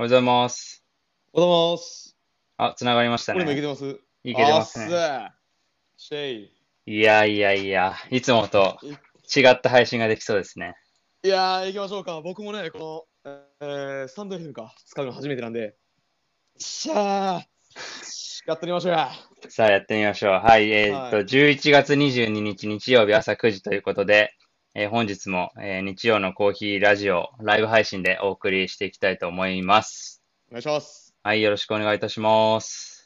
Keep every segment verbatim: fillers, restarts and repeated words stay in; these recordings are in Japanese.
おはようございます。 おはようございます。 あ、つながりました俺もいけね。 てます？ いけてあっますね。 すー。シェイ。 いやいやいや、いつもとい、 違った配信ができそうですね。 いやー、行きましょうか。僕もね、この、えー、スタンド エフエム か、使うの初めてなんで、しゃー、やってみましょうや。 さあ、やってみましょう。はい、えーっと、 はい。 じゅういちがつにじゅうににち日曜日朝くじということで、えー本日も、えー日曜のコーヒーラジオライブ配信でお送りしていきたいと思います。 お願いします。 はい、よろしくお願いいたします。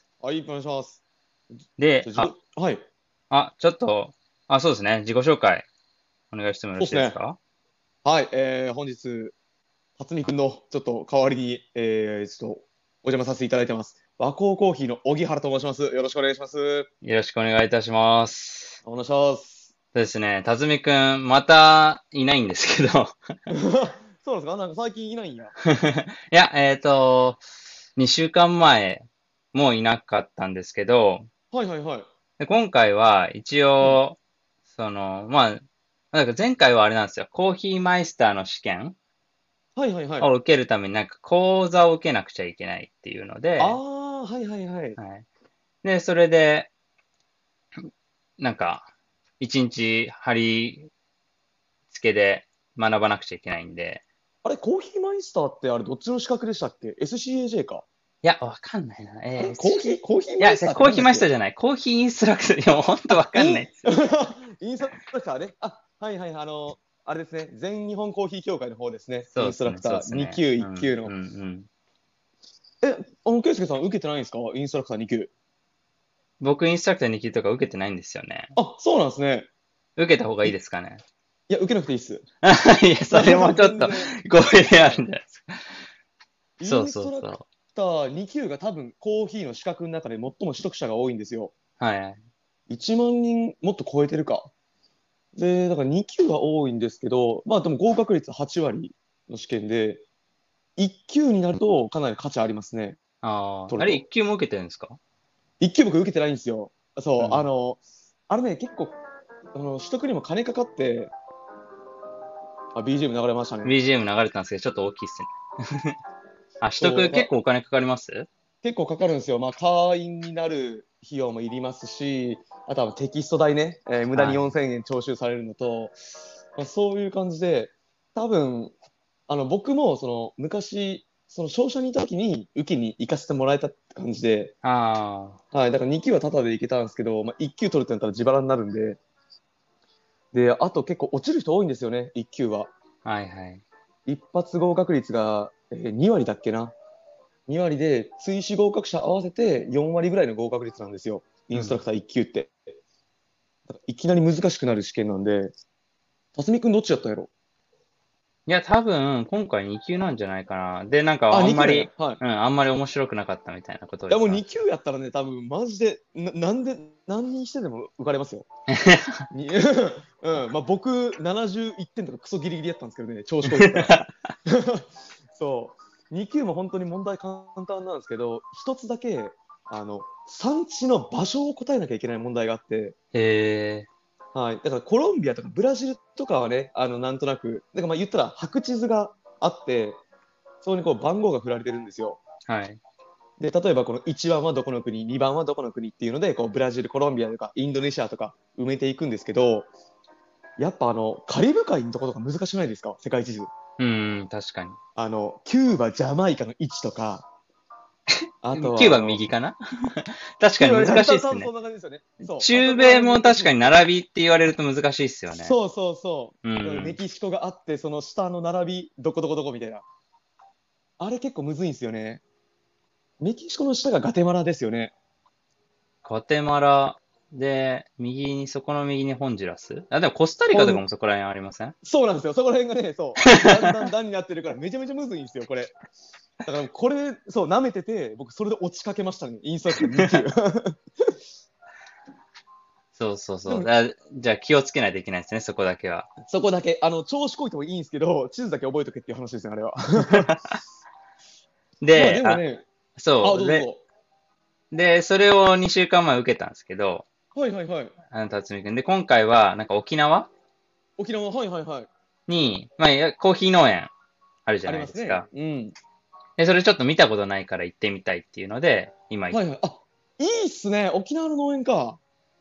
はい、お願いします。じで、 ゃあ、自己、 あ、 はい。 あ、ちょっと、あ、そうですね。自己紹介お願いしてもよろそうっすね。 しいですか？ はい、えー、本日、辰巳くんのちょっと代わりに、えー、ちょっとお邪魔させていただいてます。和光コーヒーの荻原と申します。よろしくお願いします。 よろしくお願いいたします。 お願いします。 そうですね。辰巳くん、またいないんですけど。 そうなんですか？なんか最近いないんや。 いや、えっと、にしゅうかんまえもいなかったんですけど、 はいはいはい。 で今回は一うん。 応、その、まあ、なんか前回はあれなんですよ。コーヒーマイスターの試験はいはいはい。 を受けるためになんか講座を受けなくちゃいけないっていうのあで、 あ、はいはいはい。 はい。で、それで、なんか、一日貼り付けで学ばなくちゃいけないんで、 あれ、コーヒーマイスターってあれ、どっちの資格でしたっけ？ エスシーエージェー か。 いや、わかんないな。 あれ、 えー、 コーヒー、 しコーヒーいや、 マイスターってコーヒーなんだっけ？ マイスターじゃない。コーヒーインストラクター。いや、ほんとわあ、 かんイン、 ないですよ。 インストラクターね。あ、はいはい、あの、あれですね。全日本コーヒー協会の方ですね。インストそうっすね、 ラクターにそうっすね。 級、 うん、 いっ級の。 うん、うん。 え、あの、ケイスケさん受けてないんですか？インストラクターに級。 僕、インストラクターに級とか受けてないんですよね。 あ、そうなんですね。 受けた方がいいい、いですかね。 や、受けなくていいっす。 いや、それもちょっと全然。 語弊あるんはい。 じゃないですか。そうインストラクそうそターに級が多分コーヒーの資格の中で最も取得者が多いんですよ。 う。はい。 いちまん人もっと超えてるか。で、だからに級は多いんですけど、まあでも合格率はち割の試験で、いっ級になるとかなり価値ありますね。 ああ、あれ、 取ると。 一級も受けてるんですか？ いっ級僕受けてないんですよ。そう、あうん。 の、あれね、結構、あの、取得にも金かかって、あ、ビージーエム 流れましたね。 ビージーエム 流れてたんですけど、ちょっと大きいっすね。あ、取そう、 得だから結構お金かかります？ 結構かかるんですよ。まあ、会員になる費用もいりますし、あとはテキスト代ね、えー無駄にはい。 よんせんえん徴収されるのと、まあ、そういう感じで、多分、あの、僕も、その、昔、その、商社にいた時に、受けに行かせてもらえたって感じで、 あはい、だからに級はタダで行けたんですけど、まあ、いっ級取るってなったら自腹になるんで、で、あと結構落ちる人多いんですよね、いっ級は。 あ、はいはい。 一発合格率が、えーに割だっけな。に割で、追試合格者合わせてよん割ぐらいの合格率なんですよ。イうん。 ンストラクターいっ級って。だからいきなり難しくなる試験なんで、辰巳くんどっちやったんやろ？ いや、多分、今回に級なんじゃないかな。で、なんか、 あ、に級なんや。 あんまり、 はい。 うん、あんまり面白くなかったみたいなことをいやもうに言ってました。 級やったらね、多分マジで、な、なんで、何人してでも受かれますよ。にうん、まあ僕ななじゅういってんとかクソギリギリやったんですけどね、調子こいてたら。そう。に級も本当に問題簡単なんですけど、一つだけ、あの、産地の場所を答えなきゃいけない問題があって、 へえ、 はい。だからコロンビアとかブラジルとかはね、あの、なんとなく、だからまあ言ったら白地図があって、そこにこう番号が振られてるんですよ。 はい。 で、例えばこのいちばんはどこの国、にばんはどこの国っていうので、こうブラジル、コロンビアとかインドネシアとか埋めていくんですけど、やっぱあの、カリブ海のところとか難しくないですか？世界地図。 うん、確かに。 あの、キューバ、ジャマイカの位置とか、あときゅうばはあの、 右かな？確かキューバね、 に難しい多分そっすね。 んな感じですよね。そう。あそ中こら米も確か辺難しいんですよ。 に並びって言われると難しいっすよね。 そうそうそう。メうん。 キシコがあって、その下の並び、どこどこどこみたいな。あれ結構むずいんですよね。メキシコの下がガテマラですよね。 ガテマラで、右に、そこの右にホンジュラスあ、でもコスタリカとかほん、 もそこら辺ありません？ そうなんですよ。そこら辺がね、そう。だんだんだんになってるからめちゃめちゃむずいんですよ、これ。だからこれ、そう、舐めてて、僕それで落ちかけましたね。インストラクターに級。 そうそうそう。 でも、 だじゃあ気をつけないといけないですね、そこだけは。 そこだけ、あの、調子こいてもいいんですけど、地図だけ覚えとけっていう話ですね、あれは。まあで、あ、 でもね、あ、 そう。で、 どうぞで、それをにしゅうかんまえ受けたんですけど、 どうぞ。はいはいはい。 あの、辰巳くん。で、今回は、なんか沖縄沖縄、はいはいはい。 に、まあ、いやコーヒー農園あるじゃありないますね。 ですか。 うん。 で、それちょっと見たことないから行ってみたいっていうので、今行っはいはい。あ、いいっすね。沖縄の農園か。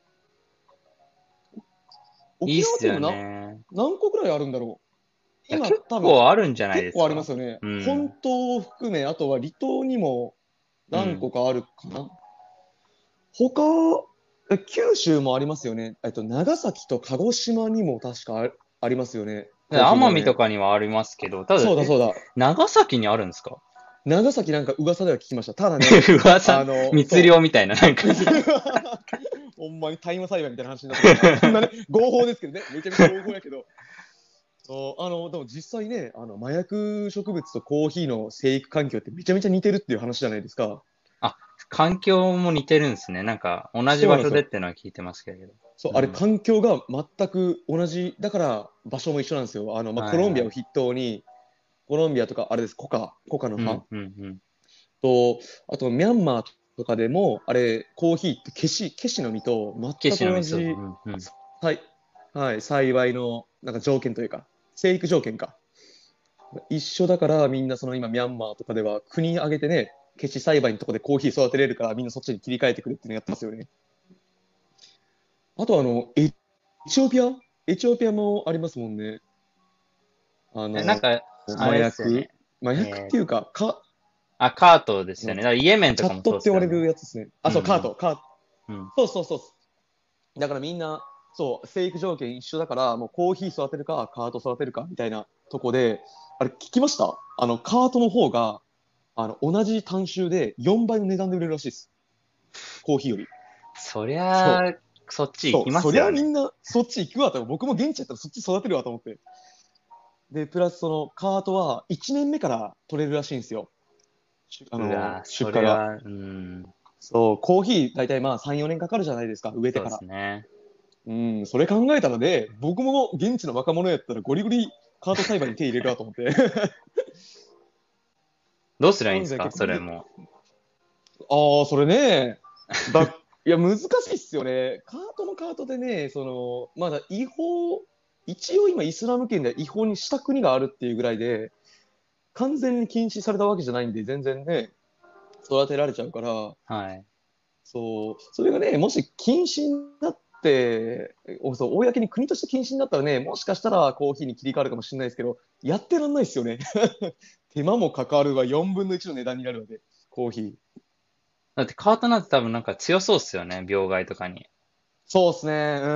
沖いいっすよ縄ってでもな、 ね。 何個くらいあるんだろう。 いや、 今、 結多分、 構あるんじゃない結構ありまですか。 すよね。 う本ん。 島を含め、あとは離島にもうん。 何個かあるかな。他、え九州もありますよね。えっと、長崎と鹿児島にも確かあ、ありますよね。 でコーヒー奄美と農園。 かにはありますけど、ただ、え、 そうだそうだ。 長崎にあるんですか？ 長崎なんか噂では聞きました。ただね、 噂、 あの、 密そ漁みたいな、なんか。 う。ほんまに大麻栽培みたいな話になってるから、そんなね、合法ですけどね、めちゃめちゃ合法やけど、そうあの、でも実際ね、あの、麻薬植物とコーヒーの生育環境ってめちゃめちゃ似てるっていう話じゃないですか。 あ、環境も似てるんですね。なんか、同じ場所でっそうなんですよ。 てのは聞いてますけれど。 そう、あれ、 うん。 環境が全く同じ、だから場所も一緒なんですよ。あの、まあ、コはいはい。 ロンビアを筆頭に、コロンビアとか、あれです、コカ、コカの葉うん、うん、うん。 と、あと、ミャンマーとかでも、あれ、コーヒーってケシ、ケシの実とケ全くシの味噌。う同じ、 ん、うん。 はい、はい、栽培の、なんか条件というか、生育条件か。一緒だから、みんなその今、ミャンマーとかでは、国挙げてね、ケシ栽培のとこでコーヒー育てれるから、みんなそっちに切り替えてくれっていうのやってますよね。あと、あの、エチオピアエチオピアもありますもんね。あえ、なんの、 か、あ麻れですよね。 薬麻薬っえー、 ていうか、か、 あ、カートですよね。 あのチだからイエメンとャッかもそうっトって言われるすよね。 やつですね。あ、そう、カーうん、 ト、カート。 うん、うん。 そうそうそう。だからみんな、そう、生育条件一緒だから、もうコーヒー育てるか、カート育てるか、みたいなとこで、あれ聞きましたあの、カートの方が、あの、同じ単収でよんばいの値段で売れるらしいです。コーヒーより。 そりそう。 ゃあ、そっち行そう。 きまそりゃすよね。 みんなそっち行くわと。僕も現地やったらそっち育てるわと思って。で、プラスそのカートはいちねんめから取れるらしいんですよ。しあの、 うわ、 出荷が。 それは、うん、 そう、コーヒー大体まあさん、よねんかかるじゃないですか、植えてそうでから。 すね。 うん、それ考えたらね、僕も現地の若者やったらゴリゴリカート栽培に手入れるわと思って。 どうすりゃいいんですかなんで結構、むそれも。 ああ、それね、だ、いや、難しいっすよね。カートもカートでね、その、まだ違法、一応今イスラム圏では違法にした国があるっていうぐらいで、完全に禁止されたわけじゃないんで、全然ね、育てられちゃうから、 はい。 そう、それがね、もし禁止になって、おそう、公に国として禁止になったらね、もしかしたらコーヒーに切り替わるかもしれないですけど、やってらんないですよね。手間もかかるわ、よんぶんのいちの値段になるわけ、コーヒー。 だってカートなんて多分なんか強そうっすよね。病害とかに。 そうですね、うん。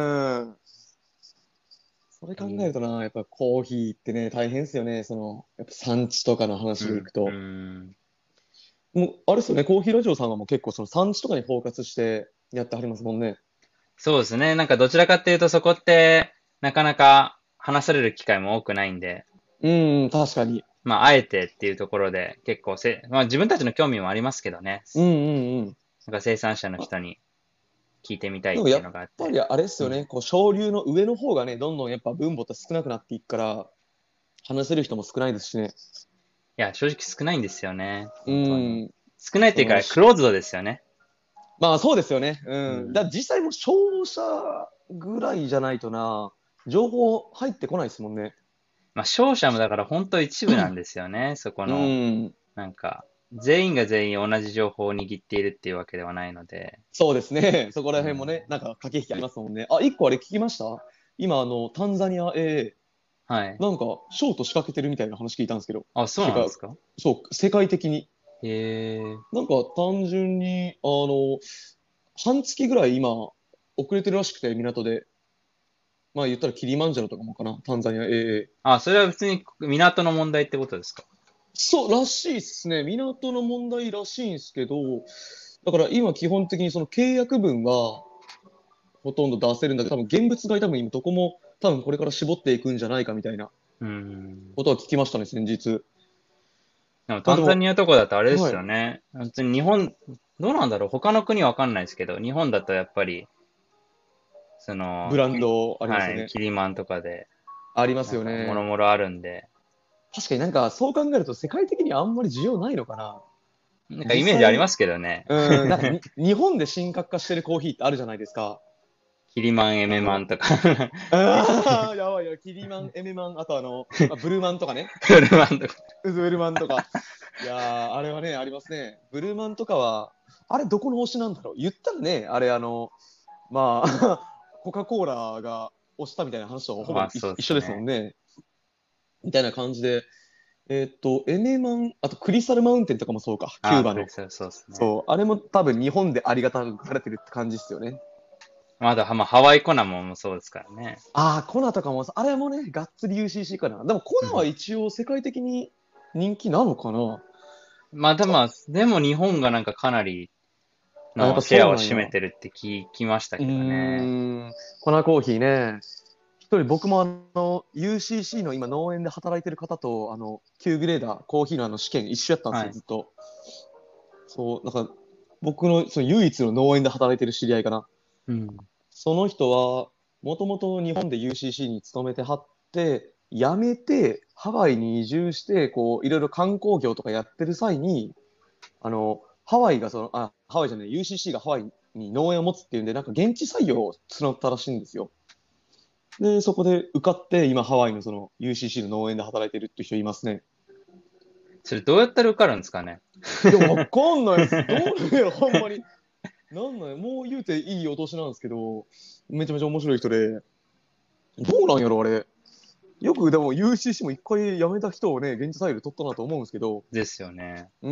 それえー考えるとな、やっぱコーヒーってね、大変ですよね。その、やっぱ産地とかの話でいうん、うくと。 ん。 もう、あれですよね、コーヒーラジオさんはもう結構その産地とかにフォーカスしてやってはりますもんね。 そうですね。なんかどちらかっていうとそこってなかなか話される機会も多くないんで、 うん、確かに。 まああえてっていうところで結構せ、まあ自分たちの興味もありますけどね。 うんうんうん。 なんか生産者のあ、 人に聞いてみたいっていうでもやっのがあって。 ぱりあれですうん。いよね、こう昇流の上の方がね、どんどんやっぱ分母って少なくなっていくから、話せる人も少ないですしね。 や、正直少ないんですよね。 う本当に。 ん、 少ないっていうか、クそのし、 ローズドですよね。 まあそうですよね。うん。だからうん。 実際もう商社ぐらいじゃないとな、情報入ってこないですもんね。 まあ勝者もだから本当一部なんですよね。そこうの、 ん。 なんか、全員が全員同じ情報を握っているっていうわけではないので。 そうですね。そこらうん。 辺もね、なんか駆け引きありますもんね。あ、一個あれ聞きました今、あの、タンザニアへ、 はい。 なんか、ショート仕掛けてるみたいな話聞いたんですけど、 あ、そう世界、 なんですか？ そう、世界的に。 へえ。 なんか、単純に、あの、半月ぐらい今、遅れてるらしくて、港で。まあ言ったらキリマンジャロとかもかな、タンザニア エーエー。 あ、それは別に港の問題ってことですか？ そう、らしいっすね。港の問題らしいんですけど、だから今基本的にその契約分はほとんど出せるんだけど、多分現物買い多分今どこも多分これから絞っていくんじゃないかみたいなうん。 ことは聞きましたね、先日。 でもタンザニまあでも、 アとかだとあれですはい。 よね。別に日本、どうなんだろう他の国はわかんないですけど、日本だとやっぱり、その、 ブランキリ、 ドありますはい、 よね。 キリマンとかで、 ありますなんか、もろよね。 もろあるんで、 確かになんかそう考えると世界的にはあんまり需要ないのかな。 なんかイメージありま実際、 すけどね。 うん、なんかに日本で神格化してるコーヒーってあるじゃないですか。 キリマン、エメあの、 マンとかああ、やばいよ。キリマン、エメマン、あとあの、まあ、ブルマンとかね。 フルマンとか。 ウズベルマンとか。 いやー、あれはね、ありますね。ブルーマンとかは、あれどこの推しなんだろう。言ったらね、あれあの、まあ、コカ・コーラが推したみたいな話とほぼまあ、 一そうで一緒ですもんすね。 ね。みたいな感じで、えーっと、エメマン、あとクリスタルマウンテンとかもそうか、キああ、 ューバの。 クリスタルそうですね。 そう、あれも多分日本でありがたがられてるって感じですよね。 まだ、まあ、ハワイコナモンもそうですからね。 ああ、コナとかも、あれもね、がっつり ユーシーシー かな。でもコナはうん。 一応世界的に人気なのかな。 まあ、でも、でも日本がなんかかなりあ、やっぱのシェアをそうなんや。う占めてるって聞きましたけどね。 ーん、コナコーヒーね。一人僕もあの ユーシーシー の今農園で働いてる方とあのきゅうグレーダーコーヒーのあの試験一緒やったんですよ、 はい。 ずっと。そう、なんか僕のその唯一の農園で働いてる知り合いかな。 うん。 その人はもともと日本で ユーシーシー に勤めてはって、辞めてハワイに移住して、こういろいろ観光業とかやってる際に、あのハワイがその、あ、ハワイじゃない、ユーシーシー がハワイに農園を持つっていうんで、なんか現地採用を募ったらしいんですよ。で、そこで受かって、今ハワイのその ユーシーシー の農園で働いてるって人いますね。 それどうやったら受かるんですかね。 いや、わかんないです。どうなんやろ、ほんまに。なんなんや、もう言うていいお年なんですけど、めちゃめちゃ面白い人で、どうなんやろ、あれ。よくでも ユーシーシー も一回辞めた人をね、現地採用で取ったなと思うんですけど、 ですよね。 うん。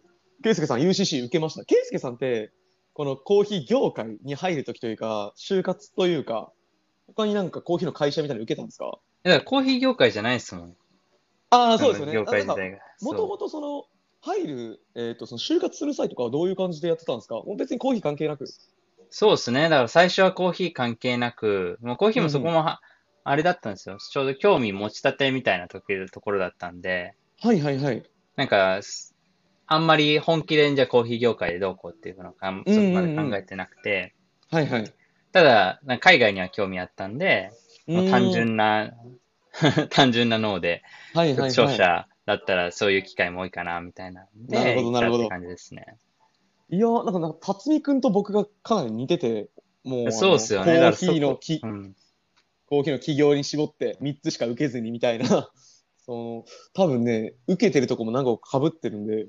ケイスケさん ユーシーシー 受けました。ケイスケさんって、このコーヒー業界に入るときというか、就活というか、他になんかコーヒーの会社みたいなの受けたんですか？ だからコーヒー業界じゃないですもん。 ああ、 そのそうですよね。あ、なんか、 業界自体が。そもともとその、入る、えっと、その就活する際とかはどういう感じでやってたんですか？もう別にコーヒー関係なく。 う。そうですね。だから最初はコーヒー関係なく、もうコーヒーもうんうん。 そこもは、あれだったんですよ。ちょうど興味持ちたてみたいな時ところだったんで、 はいはいはい。 なんか、すあんまり本気でじゃあコーヒー業界でどうこうっていうのをかんうんそこまでうんうん。 考えてなくて、 はいはい。 ただ、なんか海外には興味あったんで、 うもう単ーん。 純な単純な脳で、 はいちょっとはいはい。 商社だったらそういう機会も多いかな、みたいなんなるほどで行っなるほど。 たって感じですね。 いやー、なんか、なんか、辰巳くんと僕がかなり似てて、もうあそうっの、 すよね。だからコーヒそこ、 ーのき、 うん。 コーヒーの企業に絞ってみっつしか受けずにみたいな、その、多分ね、受けてるとこも何個か被ってるんで、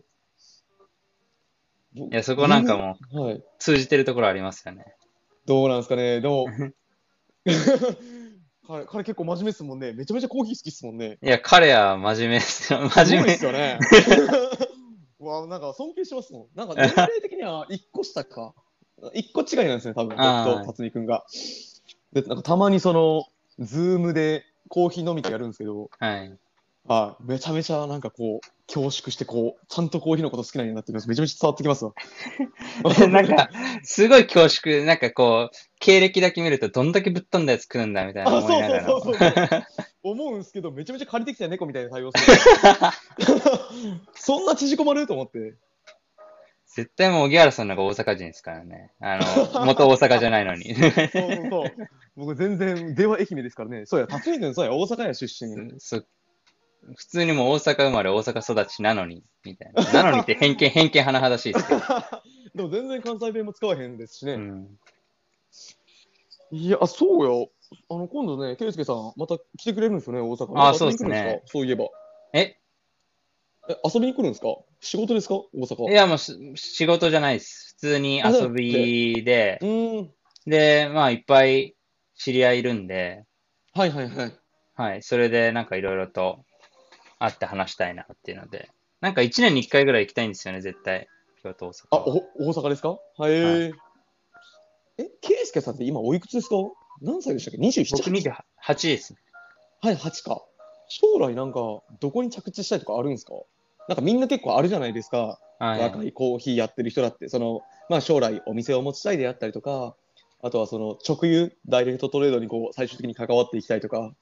ぼいや、そこなんか有、 もうはい。 通じてるところありますよね。 どうなんですかね。でも、彼、彼結構真面目っすもんね。めちゃめちゃコーヒー好きっすもんね。 いや、彼は真面目ですよ。 すごいっ真面目。 すよね。うわ、なんか尊敬しますもん。なんか年齢的にはいっこ下か。いっこ違いなんですね、多分、僕とあ辰巳くんが。で、なんかたまにその、ズームでコーヒー飲み会やるんですけど、 あ、はい。 はい、めちゃめちゃなんかこう、恐縮してこう、ちゃんとコーヒーのこと好きなんやなっていうのがめちゃめちゃ伝わってきますわ。 なんか、すごい恐縮、なんかこう、経歴だけ見るとどんだけぶっ飛んだやつ食うんだみたいなあ、 思いそうそうながらも。 そうそうそう。思うんですけど、めちゃめちゃ借りてきた猫みたいな対応するから、そんな縮こまると思って。 絶対もう荻原さんの方が大阪人ですからね。あの、元大阪じゃないのに。 そうそうそう。僕全然、電話愛媛ですからね。そうや、辰巳君、そうや、大阪や出身。 そ普通にもう大阪生まれ、大阪育ちなのに、みたいな。なのにって偏見、偏見甚だしいですけど。 でも全然関西弁も使わへんですしね。 うん。 いや、あ、そうよ。あの、今度ね、圭介さん、また来てくれるんですよね、大阪。なんああ、 か遊そうびに来るんですか？ ですね。 そういえば。 え、 え、遊びに来るんですか？仕事ですか？大阪。 いやもうし仕事じゃないです。普通にあ、じゃな遊くて。 びで、 うーん。 で、まあいっぱい知り合いいるんで、 はいはいはい。 はい、それでなんかいろいろと会って話したいなっていうので、なんかいちねんにいっかいぐらい行きたいんですよね、絶対。京都、大あ、 阪は。 お、大阪ですか？ははい。 えー。え、圭介さんって今おいくつですか？何歳でしたっけ？ にじゅうなな、 僕はち？ にじゅうはちですね。 はい、はちか。将来なんか、どこに着地したいとかあるんですか？なんかみんな結構あるじゃないですか。 はい。 若いコーヒーやってる人だって、その、まあ将来お店を持ちたいであったりとか、あとはその直輸、ダイレクトトレードにこう最終的に関わっていきたいとか。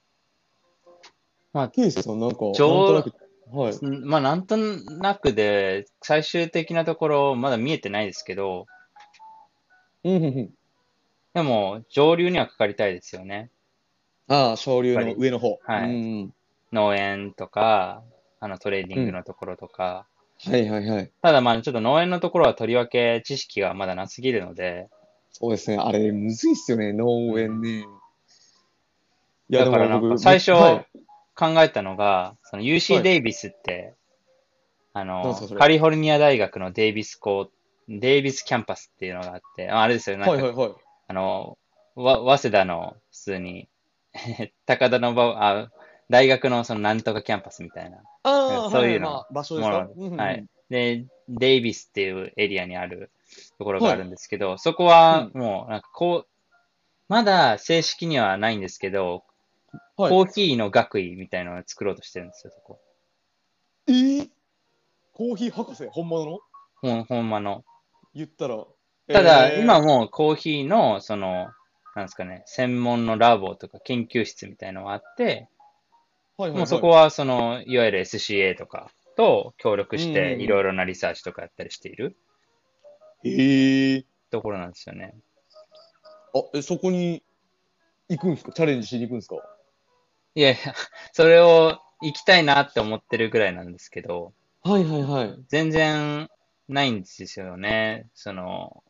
まあ、 ケイスさんなんか、なんとな上、 く、はい。 まあなんとなくで、最終的なところまだ見えてないですけど、 うんうんうん。 でも上流にはかかりたいですよね。やっああ、昇竜のぱり。 上の方。うはい。 ん。 農園とか、あのトレーディングうん。 のところとか、 はいはいはい。 ただまあちょっと農園のところはとりわけ知識がまだなすぎるので、 そうですね。あれ、むずいっすよね、農園うん。 ね。いや、 だでからなんかも僕、め、 最初はい。 考えたのが、その ユーシーはい。 デイビスってあの、 なんですか、それ。 カリフォルニア大学のデイビス校、デイビスキャンパスっていうのがあって、ああれですよ、なんか、 はいはいはい。 あの、わ、早稲田の普通に、高田の場、あ、大学のそのなんとかキャンパスみたいな、なんかああ、はいはい、 そういうの、 まあ、場所ですもので、 か？うんうんはい。 うん。 で、デイビスっていうエリアにあるところがあるはい。 んですけど、そこはうん。 もう、なんかこう、まだ正式にはないんですけど、 はい。 コーヒーの学位みたいなのを作ろうとしてるんですよ、そこ。 えー、コーヒー博士、本物のほん、ほんまの。 言ったら。 ただ、今えもコーヒーの、その、なんですかね、専門のラボとか研究室みたいのがあって、 ー、はいはいはい。 もうそこは、その、いわゆる エスシーエー とかと協力うんして、 うんうん。 いろいろなリサーチとかやったりしているえー、 ところなんですよね。 あ、え、そこに行くんですか？チャレンジしに行くんですか？ いやいや、それを行きたいなって思ってるぐらいなんですけど、 はいはいはい。 全然ないんですよね。その、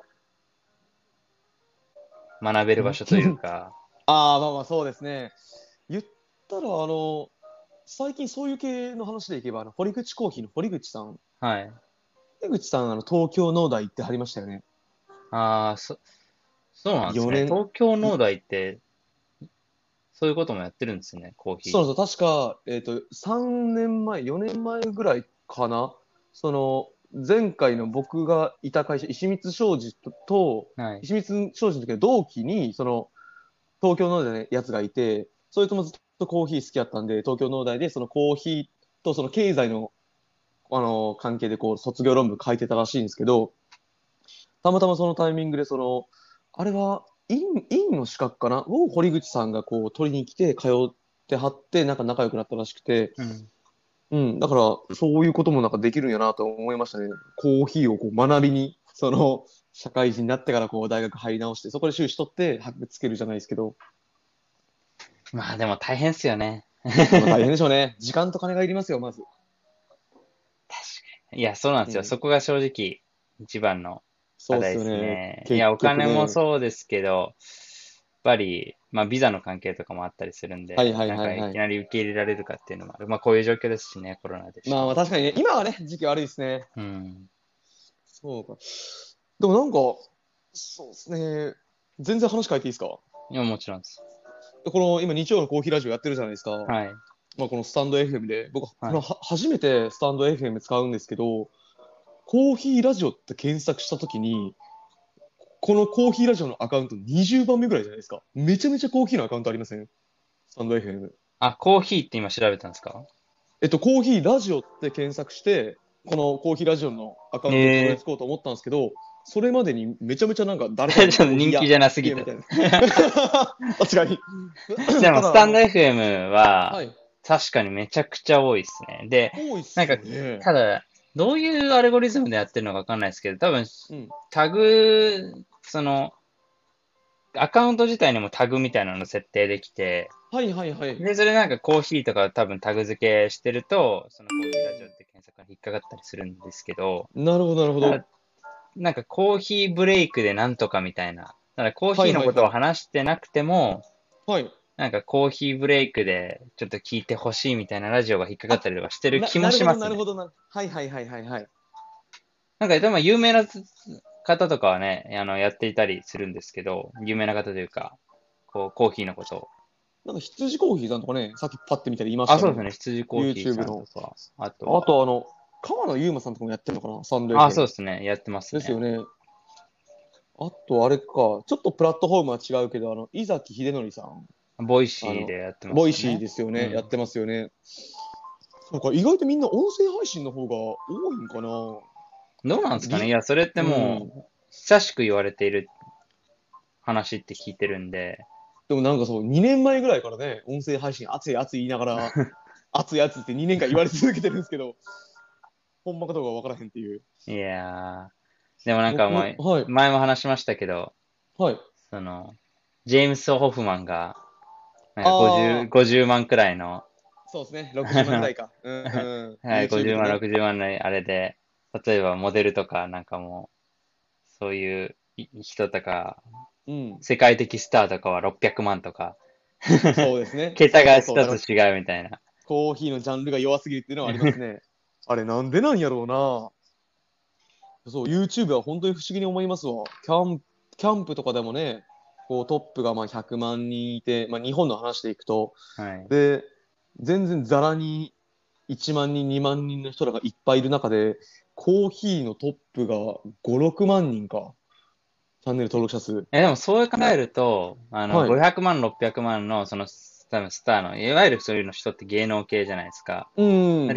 学べる場ん所というか、 ああ、まあまあそうですね。言ったら、あの、最近そういう系の話でいけば、あの、堀口コーヒーの堀口さん。 はい。 堀口さん、あの、東京農大行ってはりましたよね。 ああ、そ、そうなんですね。 よねん、 東京い農大ってそういうこともやってるんですね、コーヒー。 そうなんですよ。確か、えっと、さんねんまえ、よねんまえぐらいかな。その、前回の僕がいた会社、石光商事と、とはい。 石光商事の時の同期に、その、東京農大のやつがいて、そいつもずっとコーヒー好きやったんで、東京農大でそのコーヒーとその経済の、あの関係でこう卒業論文書いてたらしいんですけど、たまたまそのタイミングでその、あれは院、院の資格かなを堀口さんがこう取りに来て通ってはって、なんか仲良くなったらしくて、 うん。 うん、だからそういうこともなんかできるんやなと思いましたね。コーヒーをこう学びに、その、社会人になってからこう大学入り直して、そこで修士取って箔つけるじゃないですけど、 まあでも大変っすよね。 まあ大変でしょうね。時間と金がいりますよ、まず。 いや、そうなんですよ。 うん。 そこが正直一番の課そうっ題ですすよね。 ね。い結や、お金も局ね。 そうですけど、やっぱり、まあビザの関係とかもあったりするんで、 はいはいなんかいはいはい。 きなり受け入れられるかっていうのもある。まあこういう状況ですしね、コロナでしまあまあかも。 確かにね、今はね、時期悪いですね。 うん。 そうか。でもなんか、そうですね。全然話変えていいですか？ いや、もちろんです。 この今日曜のコーヒーラジオやってるじゃないですか。 はい。 まあこのスタンド エフエム で、僕、こはい。 のは初めてスタンド エフエム 使うんですけど、コーヒーラジオって検索したときに、このコーヒーラジオのアカウントにじゅうばんめぐらいじゃないですか。めちゃめちゃコーヒーのアカウントありません？スタンド エフエム。 あ、コーヒーって今調べたんですか？ えっと、コーヒーラジオって検索して、このコーヒーラジオのアカウントにたどり着えこうと思ったんですけど、それまでにめちゃめちゃなんか誰かえー、 のちょっとコーヒー屋、 人気じゃなすぎた。 家みたいな。確かに。 でも、スタンドただ、 エフエム は、 はい。 確かにめちゃくちゃ多いですね。で、 多いっすなんか、 よね。 ただ、どういうアルゴリズムでやってるのかわかんないですけど、多分、 うん。 タグ、その、アカウント自体にもタグみたいなの設定できて、 はいはいはい。 で、それなんかコーヒーとか多分タグ付けしてると、そのコーヒーラジオって検索が引っかかったりするんですけど、 なるほどなるほど。 ただなんかコーヒーブレイクでなんとかみたいな。だからコーヒーのことをはいはいはい。 話してなくても、 はい。 なんかコーヒーブレイクでちょっと聞いてほしいみたいなラジオが引っかかっあ、 たりとかしてるな、 気もなるほどしますね。 なるほどな。はいはいはいはいはい。 なんかでも有名な方とかはね、あの、やっていたりするんですけど、有名な方というか、こう、コーヒーのことを。 なんか羊コーヒーさんとかね、さっきパッて見たら言いましあ、 たね。 そうですね。羊コーヒー YouTube さんとの。 か、あとは、 あとあの、川野ゆうまさんとかもやってるのかな？サンドあ、そうエフエム。 ですね。やってますね。 ですよね。あとあれか、ちょっとプラットフォームは違うけど、あの、井崎秀則さん。 ボイシあの、 ーでやってまボイシーすよね。 ですよね。やっうん。 てますよね。そうか、意外とみんな音声配信の方が多いんかな。 どうなんですかね。いリ、 や、それってうん。 もう、久しく言われている話って聞いてるんで、 でもなんかそう、にねんまえぐらいからね、音声配信熱い熱い言いながら、熱い熱いってにねんかん言われ続けてるんですけど、ほんまかどうかわからへんっていう。 いやー、でもなんか僕も、 もう、 はい、 前も話しましたけど、 はい。 その、ジェームス・ホフマンが、なんかごじゅう、 ああ、 ごじゅうまんくらいの、 そうですね、 あろくじゅうまんぐらの、 いか。うん、うん、 はい、50 YouTube で万、 ね。 ろくじゅうまんのあれで、例えばモデルとか、なんかもう、そういうい人とか、 うん。 世界的スターとかはろっぴゃくまんとか、 そうですね。 桁がそうそうそう。だから、 一つ違うみたいな。 コーヒーのジャンルが弱すぎるっていうのはありますね。 あれなんでなんやろうな。そう、YouTube は本当に不思議に思いますわ。キャンプ、キャンプとかでもね、こうトップがまあひゃくまん人いて、まあ、日本の話でいくと、 はい。 で、全然ざらにいちまん人、にまん人の人らがいっぱいいる中で、コーヒーのトップがご、ろくまん人か。チャンネル登録者数。 え、でもそう考えると、あの、 はい。 ごひゃくまん、ろっぴゃくまんの、その、多分スターの、いわゆるそういうの人って芸能系じゃないですか。 うん。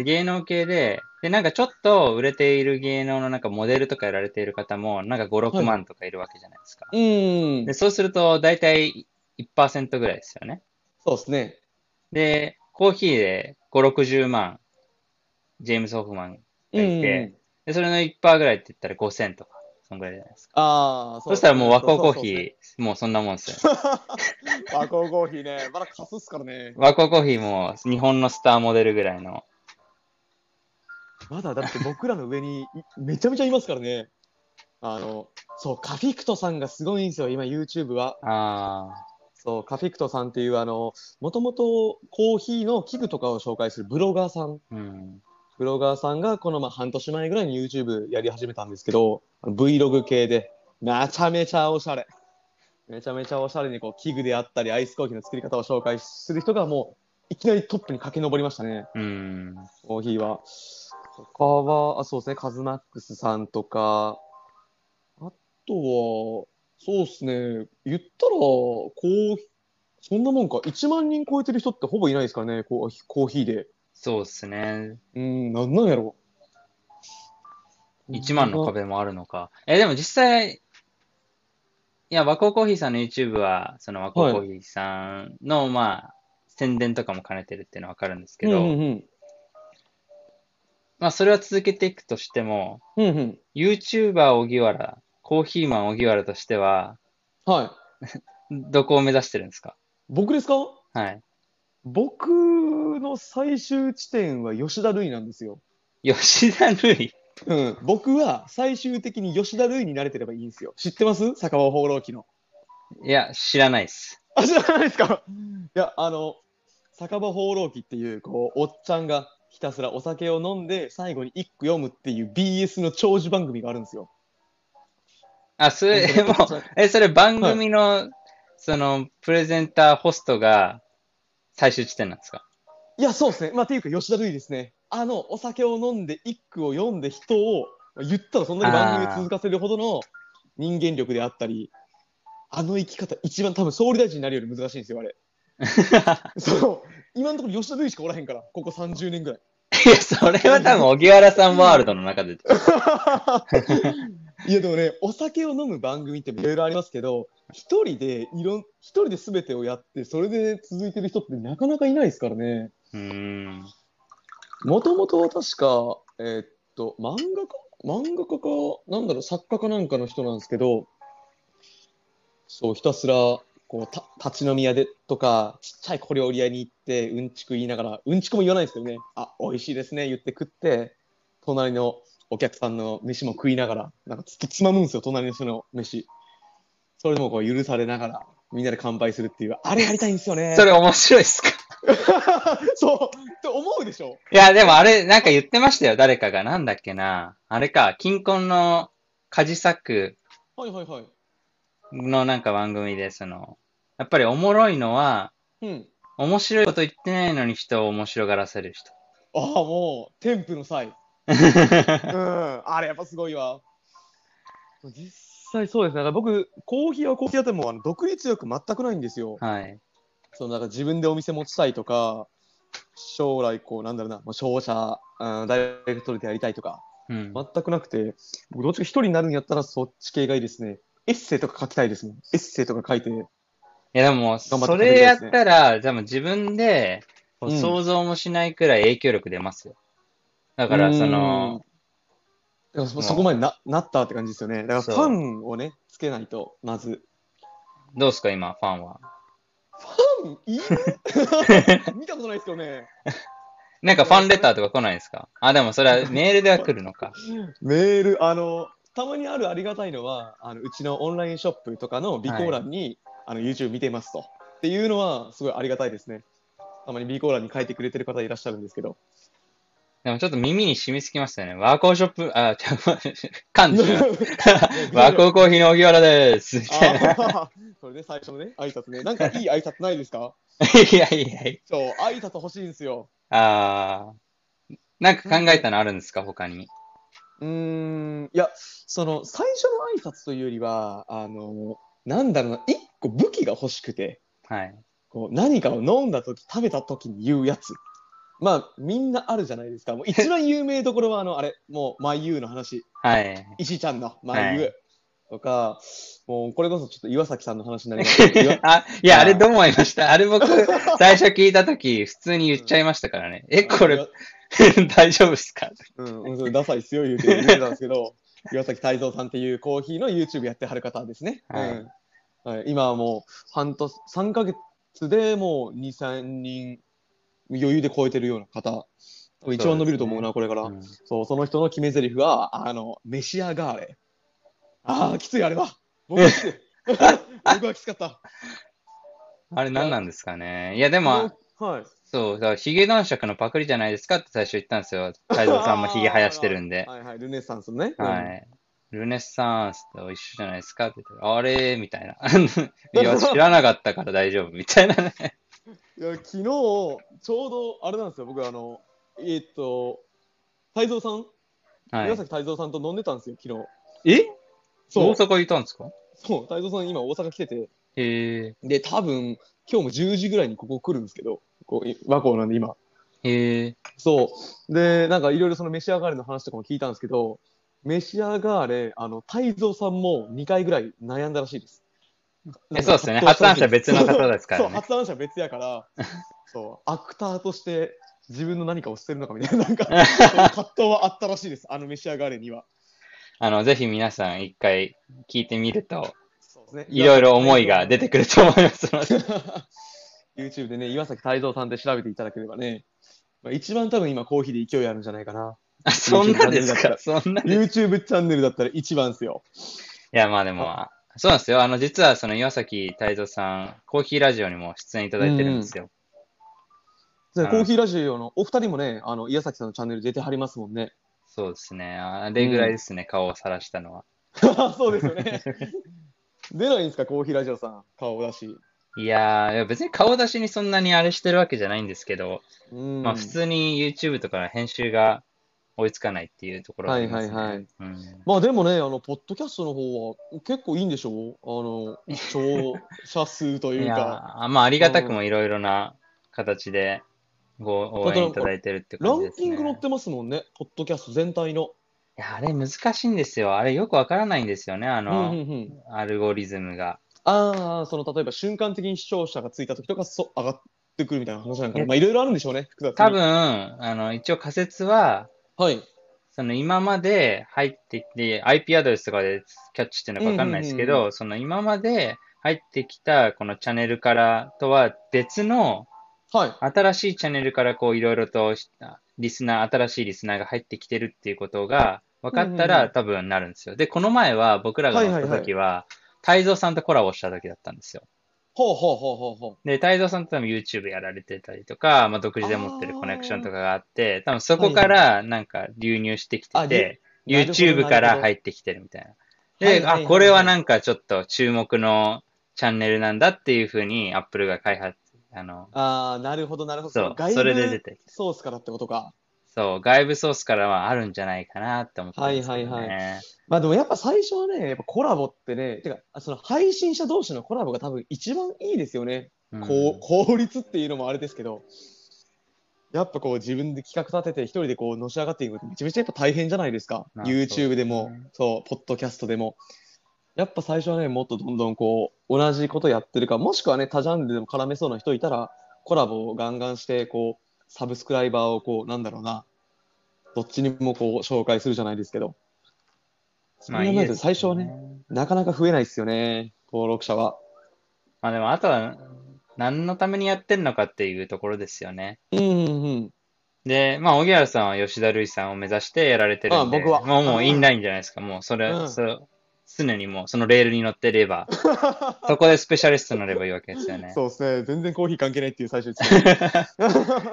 だって芸能系で、で、なんかちょっと売れている芸能のなんかモデルとかやられている方も、なんかご、6 はいはい。 万とかいるわけじゃないですか。 うで、 ん。 そうすると、だいたいいちパーセントぐらいですよね。 そうですね。 で、コーヒーでご、ろくじゅうまん、ジェームス・ホフマンうがいて、 ん。 で、それのいちパーセントぐらいって言ったらごせんとか、そんぐらいじゃないですか。 ああ、 そしそうですね。 たらもう和光そうコーヒそうですね。 ー、もうそんなもんですよね。 和光コーヒーね、まだ貸すっすからね。 和光コーヒーも日本のスターモデルぐらいの。 まだだって僕らの上にいめちゃめちゃいますからね。あの、そう、カフィクトさんがすごいんですよ、今 YouTube は。 あそう、カフィクトさんっていうあの、もともとコーヒーの器具とかを紹介するブロガーさん。 あ、うん。 ブロガーさんがこのまあ半年前ぐらいに YouTube やり始めたんですけど、Vlog 系で、めちゃめちゃおしゃれ。めちゃめちゃおしゃれにこう器具であったりアイスコーヒーの作り方を紹介する人がもういきなりトップに駆け上りましたね、 うん。 コーヒーは。他は、あ、そうですね、カズマックスさんとか、あとは、そうですね、言ったら、コーヒー、そんなもんか、いちまん人超えてる人ってほぼいないですからね、コーコーヒーで。 そうですね。 うーん、なんなんやろ。こいちまんのんな、 壁もあるのか。え、でも実際、いや、和光コーヒーさんの YouTube は、その和光はい。 コーヒーさんの、まあ、宣伝とかも兼ねてるっていうのはわかるんですけうん、うど、 ん、うん。 まあ、それは続けていくとしても、 うん、うん。 YouTuber 荻原、コーヒーマン荻原としては、 はい。 どこを目指してるんですか？ 僕ですか？ はい。 僕の最終地点は吉田類なんですよ。 吉田類。 うん。僕は最終的に吉田類になれてればいいんですよ。知ってます酒場放浪記の。 いや、知らないです。 あ、知らないですか？いや、あの、酒場放浪記っていう、こう、おっちゃんがひたすらお酒を飲んで、最後に一句読むっていう ビーエス の長寿番組があるんですよ。 あ、それ、 本当におっもう、 ちゃん。 え、それ番はい。 組の、その、プレゼンター、ホストが最終地点なんですか？ いや、そうですね。まあ、っていうか、吉田類ですね。あの、お酒を飲んで一句を読んで人を、言ったらそんなに番組を続あかせるほどの人間力であったり、あの生き方、一番多分総理大臣になるより難しいんですよ、あれ。 あ。 そう。今のところ吉田類しかおらへんから、ここさんじゅうねんぐらい。 いや、それは多分、荻原さんワールドの中ででしょ。 いやでもね、お酒を飲む番組っていろいろありますけど、一人でいろん、一人で全てをやって、それで続いてる人ってなかなかいないですからね。 うーん。 もともとは確か、えーっと、漫画家漫画家か、なんだろう、作家かなんかの人なんですけど、そう、ひたすら、こう、た立ち飲み屋でとか、ちっちゃい小料理屋に行って、うんちく言いながら、うんちくも言わないんですけどね、あ、美味しいですね、言って食って、隣のお客さんの飯も食いながら、なんかずっとつまむんですよ、隣の人の飯。それでもこう許されながら、みんなで乾杯するっていう、あれやりたいんですよね。 それ面白いっすか？ そう、って思うでしょ。 いや、でもあれ、なんか言ってましたよ、誰かが。なんだっけな。あれか、金婚のカジサックはいはいはい。 のなんか番組で、その、やっぱりおもろいのは、 うん。 面白いこと言ってないのに人を面白がらせる人。 ああ、もう、添付の際。うん、あれやっぱすごいわ。実際そうですね。だから僕、コーヒーはコーヒーやってもあの独立欲全くないんですよ。 はい。 そのなんか自分でお店持ちたいとか、将来こう、なんだろうな、もう商社、うん、大学取れてやりたいとか、 うん。 全くなくて、僕どっちか一人になるんやったらそっち系がいいですね。エッセイとか書きたいですもん。エッセイとか書いていや、でも、 頑張ってそれやっ稼ぎたいですね。 たら、多分自分で、こううん。 想像もしないくらい影響力出ますよ。だうから、そーん。 の、 だからそそこもまでな、なったって感じですよね。だからう、 ファそンをね、つけないと、まず。 う。どうすか、今、ファンは。 ファンいる？見たことないですけどね。 なんかファンうん、それ、 レターとか来ないですか？あ、でもそれはメールでは来るのか。 メール、あの、たまにあるありがたいのは、あのうちのオンラインショップとかの備はい。 考欄に、あの YouTube 見てますと。っていうのは、すごいありがたいですね。たまに備考欄に書いてくれてる方いらっしゃるんですけど。 でもちょっと耳に染みつきますよね。ワーコーショップ、あ、ちゃう、噛んでしまう。ワーコーコーヒーの荻原です。みたいな。 ああ、それで最初のね、挨拶ね。なんかいい挨拶ないですか？ いやいやいそう、挨拶欲しいんですよ。 や。あー、なんかなんかね、 考えたのあるんですか、他に。 うーん、いや、その、最初の挨拶というよりは、あの、なんだろうな、一個武器が欲しくて、 はい。 こう、何かを飲んだ時、食べた時に言うやつ。まあ、みんなあるじゃないですか。もう一番有名どころは、あの、あれ、もう、毎夕の話。 はい。 石ちゃんのはい。 毎夕とか、もう、これこそちょっと岩崎さんの話になりますけど、岩、 あ、いや、あれあどう思いました？あれ僕、最初聞いたとき、普通に言っちゃいうん、 ましたからね。え、 あの、 これ、 岩、 大丈夫ですか？ うん、うん、それダサいっすよ言うて、言うてたんですけど、岩崎泰造さんっていうコーヒーの YouTube やってはる方ですね。うはい。 ん。はい、今はもう、半年、さんかげつでもうに、さんにん余裕で超えてるような方。多分一そう番伸びると思うな、 ですね。 これから。 うん。 そう、その人の決め台詞は、あの、召し上がれ。ああ、きつい、あれは。僕はきつい。僕はきつかった。 あれいや、 何なんですかね。いや、でも、 昨日、はい。 そう、だからヒゲ男爵のパクリじゃないですかって最初言ったんですよ。太蔵さんもヒゲ生やしてあるんで。 あ、はいはい、ルネッサンスのね。うん。 はい。ルネッサンスと一緒じゃないですかって言って、あれみたいな。いや、知らなかったから大丈夫みたいなね。 いや、昨日、ちょうど、あれなんですよ、僕、あの、えーっと、泰造さん、 はい。 岩崎泰造さんと飲んでたんですよ、昨日。 え、大そ阪いたんですか？ う、そう、泰造さん今大阪来てて、 へえ、 で、多分、今日もじゅうじぐらいにここ来るんですけど、こう、い和光なんで今。 へえ、 そう。で、なんかいろいろその召し上がれの話とかも聞いたんですけど、召し上がれ、あの、泰造さんもにかいぐらい悩んだらしいです。なえ、 んかそうですよね。 葛藤し発案者たらしいんです。 別の方ですかそう、 らね。 発案者別やから、そう、アクターとして自分の何かを捨てるのかみたいな、なんか、そういう葛藤はあったらしいです。あの召し上がれには。 あの、ぜひ皆さん一回聞いてみると、 そうですね。 いろい岩崎ろ思い泰造さん。 が出てくると思いますので。 YouTube でね、岩崎泰造さんで調べていただければね、まあ、一番多分今コーヒーで勢いあるんじゃないかな。 あ、そん YouTube チなですか？ ャンネルだったら。 そんなですか？ YouTube チャンネルだったら一番ですよ。 いや、まあでも、 あ、 あ、そうなんですよ。あの、実はその岩崎泰造さん、コーヒーラジオにも出演いただいてるんうんうん。 ですよ。 で、 あの、 コーヒーラジオのお二人もね、あの、岩崎さんのチャンネル出てはりますもんね。 そうですね。あれぐらいうん。 ですね、顔を晒したのは。 そうですよね。出ないんですか、コーヒーラジオさん。顔出し。 いやー、いや別に顔出しにそんなにあれしてるわけじゃないんですけど、 うまあ普ん。 通に YouTube とかの編集が追いつかないっていうところはありはいますね。 はいはい。 うん。 まあでもね、あの、ポッドキャストの方は結構いいんでしょう？あの、視聴者数といいうか。 やー、まあありがたくうん。 もいろいろな形でご応だって援いただいてるってラ感じでンキング載っすね。 てますもんね。ポッドキャスト全体の。 いや、あれ難しいんですよ。あれよくわからないんですよね。あうんうんうの、 ん。 アルゴリズムが。 ああ、その、例えば瞬間的に視聴者がついた時とか、そ、上がってくるみたいな話なんかな。 いや、 まあいろいろあるんでしょうね、複雑多に。 分、あの、一応仮説は、 はい。 その今まで入ってきて、アイピー アドレスとかでキャッチしてるのうんうんかわかんないですけうんうん。 ど、その今まで入ってきたこのチャンネルからとは別のはい。 新しいチャンネルからこういろいろとリスナー、新しいリスナーが入ってきてるっていうことが分うんかったうんうん。 ら多分なるんですよ。で、この前は僕らが乗ったはいはいはい。 時は、泰造さんとコラボした時だったんですよ。 ほうほうほうほうほう。 で、泰造さんと多分 YouTube やられてたりとか、まあ、独自で持ってるコネクションとあかがあって、多分そあ、はこかいはい。 らなんか流入してきてあ、り、 て、 なるほど YouTube なるほど。 から入ってきてるみたいな。で、あ、 はいはいこれははいはい。 なんかちょっと注目のチャンネルなんだっていうふうに Apple が開発、あの、 ああ、なるほどなるほど。そのそう、それで出外部てきた。 ソースからってことか。 そう、外部ソースからはあるんじゃないかなって思ってはいるんですけどはいはい。 ね。 まあでもやっぱ最初はね、やっぱコラボってね、てか、その配信者同士のコラボが多分一番いいですよね。こう、 うん。 効率っていうのもあれですけど、やっぱこう自分で企画立てて一人でこうのし上がっていくのってめちゃめちゃやっぱ大変じゃないですか。 まあそうで YouTube でも、 すね。 そう、ポッドキャストでも。やっぱ最初はね、もっとどんどんこう、同じことやってるか、もしくはね、他ジャンルでも絡めそうな人いたら、コラボをガンガンして、こう、サブスクライバーをこう、なんだろうな、どっちにもこう、紹介するじゃないですけど、そまあいいうやらないとですよ最初はね、 ね。 なかなか増えないですよね、登録者は。 まあでもあとは何のためにやってんのかっていうところですよね。 うんうんうん。 で、まあ、荻原さんは吉田類さんを目指してやられてるあ、 んで、 僕は。 もうもうインあラインじゃないですか。もうそれ、 あ、うん。 それ、常にもうそのレールに乗ってれば、そこでスペシャリストになればいいわけですよね。 そうですね。全然コーヒー関係ないっていう最初言ってたのに。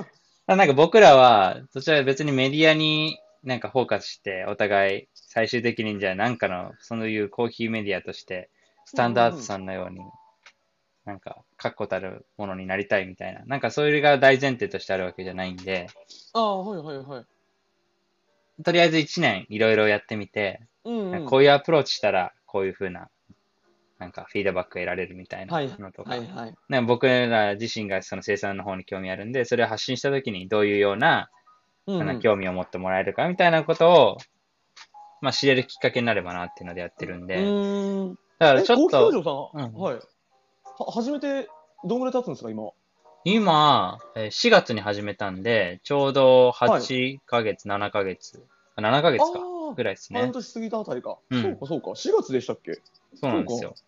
あなんか僕らは、そちら別にメディアになんかフォーカスして、お互い最終的にじゃあなんかの、そういうコーヒーメディアとして、スうんタンダードうんうん。 さんのように、なんか確固たるものになりたいみたいな、なんかそれが大前提としてあるわけじゃないんで、 ああ、はいはいはい。 とりあえずいちねんいろいろやってみて、 うんうん。 こういうアプローチしたら、こういう風な、なんかフィードバック得られるみたいなはいのとか、 はいはい。 ね、僕ら自身がその生産の方に興味あるんで、それを発信したときにどういうような、あの、 うんうん。 興味を持ってもらえるかみたいなことを、まあ、知れるきっかけになればなっていうのでやってるんうで、 ーん。 だからえ、 ちょっと、 コーヒー道場うん。 さん、はい。は、始めて、どんぐらい経つんですか、今。 今、えーしがつに始めたんで、ちょうどはい。 はちかげつ、ななかげつ、あななかげあつか、 あ、 ぐらいですね。 半年過ぎたあたりか。 うん。 そうか、そうか。しがつでしたっけ？ そうなそうか。 んですよ。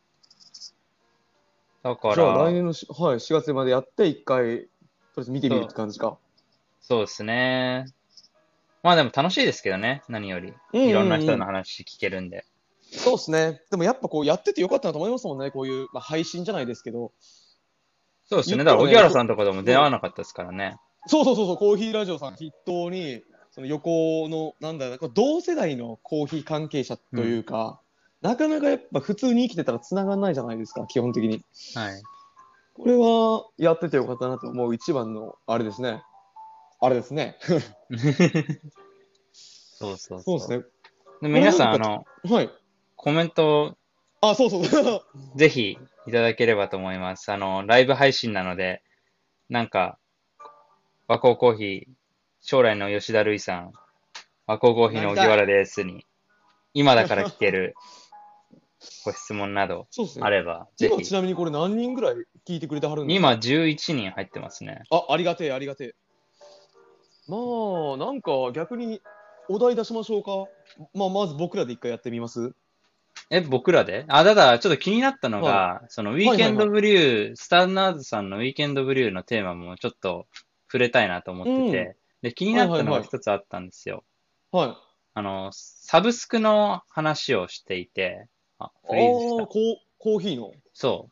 だかじゃあ、来ら、 年のし、はい、しがつまでやって、一回、とりあえず見てみるってそう、 感じか。 そうですね。まあでも楽しいですけどね、何より。 うんいろんなうんうん。 人の話聞けるんで。 そうですね。でもやっぱこう、やっててよかったなと思いますもんね。こういう、まあ、配信じゃないですけど。 そうですよね。だから、 言ったらね、 荻原こ、 さんとかでも出会はい。 わなかったですからね。 そうそうそうそう、コーヒーラジオさん筆頭に、その横の、なんだろうな、こう同世代のコーヒー関係者というん。 うか、なかなかやっぱ普通に生きてたら繋がんないじゃないですか、基本的に。 はい。 これはやっててよかったなと思う一番の、あれですね。あれですね。 そうそうそう。 そうですね。 でも皆さん、あこれなんか、 の、 はい。 コメントあ、そうそうそう。 ぜひいただければと思います。あの、ライブ配信なので、なんか、和光コーヒー、将来の吉田類さん、和光コーヒーの荻原なりたい。 ですに、今だから聞けるご質問などそうですね。 あれば、ぜ今ひ。 ちなみにこれ何人ぐらい聞いてくれてはるんですか？ 今じゅういちにん入ってますね。 あ、ありがてえ、ありがてえ。まあ、なんか逆にお題出しましょうか。まあ、まず僕らで一回やってみます。 え、僕らであ、ただ、ちょっと気になったのはい。 が、そのウィーケンドはいはいはい。 ブリュー、スタンダードさんのウィーケンドブリューのテーマもちょっと触れたいなと思っうん。 てて、で、気になったのがはいはいはい。 一つあったんですよ。 はい。ああの、サブスクの話をしていて、あ、 あ、 フリーズした。 コー、コーヒーの。 そう。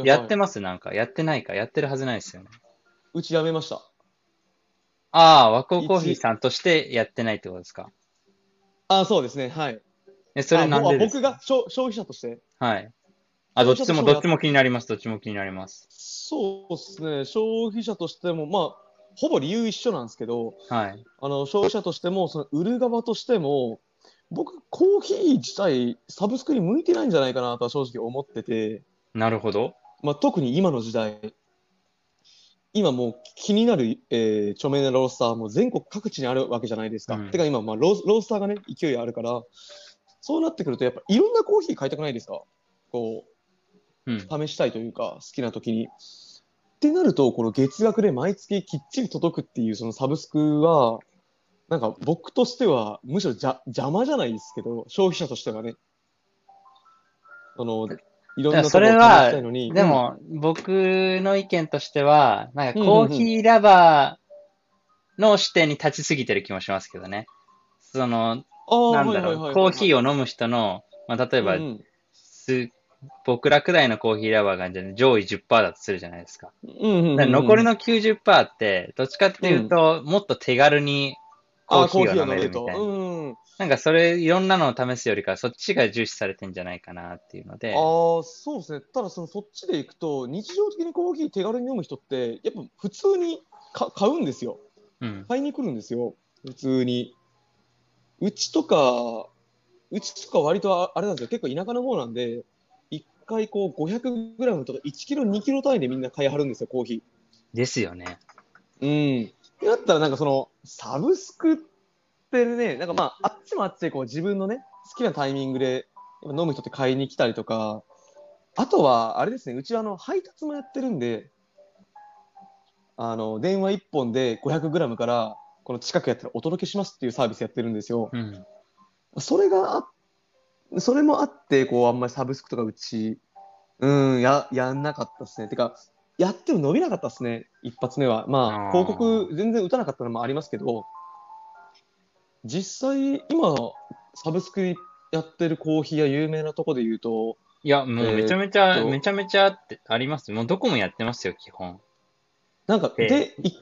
やっはいはいはい。 てますなんか。やってないか。やってるはずないですよね。 うちやめました。 ああ、和光コーヒー一、 さんとしてやってないってことですか。 あ、そうですね。はい。 え、それあ、 なんぼ、あ、 でですか？ 僕が消、消費者として、 はい。あ、 消どっちも、 費者としてもや、 どっちも気になります。どっちも気になります。 そうですね。消費者としても、まあ、ほぼ理由一緒なんですけど、 はい。 あの、消費者としても、その売る側としても、僕、コーヒー自体、サブスクに向いてないんじゃないかなとは正直思ってて、 なるほど。 まあ、特に今の時代、今もう気になる、えー著名なロースターも全国各地にあるわけじゃないですか。てかうん。 今、まあロー、ロースターがね、勢いあるから、そうなってくると、やっぱいろんなコーヒー買いたくないですか？こうん。 う、試したいというか、好きな時に。ってなると、この月額で毎月きっちり届くっていうそのサブスクは、なんか僕としては、むしろじゃ邪魔じゃないですけど、消費者としてはね、あの、いろんでもそなところを試したれは、 いのに、うん、 でも、僕の意見としては、なんかうん、うん、うん。 コーヒーラバーの視点に立ちすぎてる気もしますけどね。その、 ああ、はいはいなんだろう、コーはいはいはい。 ヒーを飲む人の、まあ、例えば、 うんうん。 す、僕らくらいのコーヒーラバーがじゃあ上位じゅっパーセントだとするじゃないですか。だかうん、うん、うん、うん。 ら残りのきゅうじゅっパーセントって、どっちかっていううん。 と、もっと手軽にコーああ、コーヒーをヒーを飲め飲めると。 るみたいな。 うん。 なんかそれ、いろんなのを試すよりか、そっちが重視されてんじゃないかなっていうので、 ああ、そうですね。ただ、その、そっちで行くと、日常的にコーヒー手軽に飲む人って、やっぱ普通にか買うんですよ。 うん。 買いに来るんですよ。普通に。うちとか、うちとか割とああれなんですよ。結構田舎の方なんで、一回こう ごひゃくグラム とかいちキロ、にキロ単位でみんな買いはるんですよ、コーヒですよね。 ー。うん。ってなったら、なんかその、サブスクってね、なんかまあ、あっちもあっちでこう自分のね、好きなタイミングでやっぱ飲む人って買いに来たりとか、あとは、あれですね、うちはあの配達もやってるんで、あの電話いっぽんで ごひゃくグラム からこの近くやったらお届けしますっていうサービスやってるんですよ。 うん。 それがあ、それもあって、こう、あんまりサブスクとかうち、うん、や、やんなかったですね。てか、やっても伸びなかったですね、一発目は。 あまあ、広告あ。 全然打たなかったのもありますけど、実際、今、サブスクやってるコーヒーや有名なとこで言うと、 いや、もうめちゃえーっめちゃ、めと、 ちゃめちゃあって、あります。もうどこもやってますよ、基本。 なんか、 で、 で、一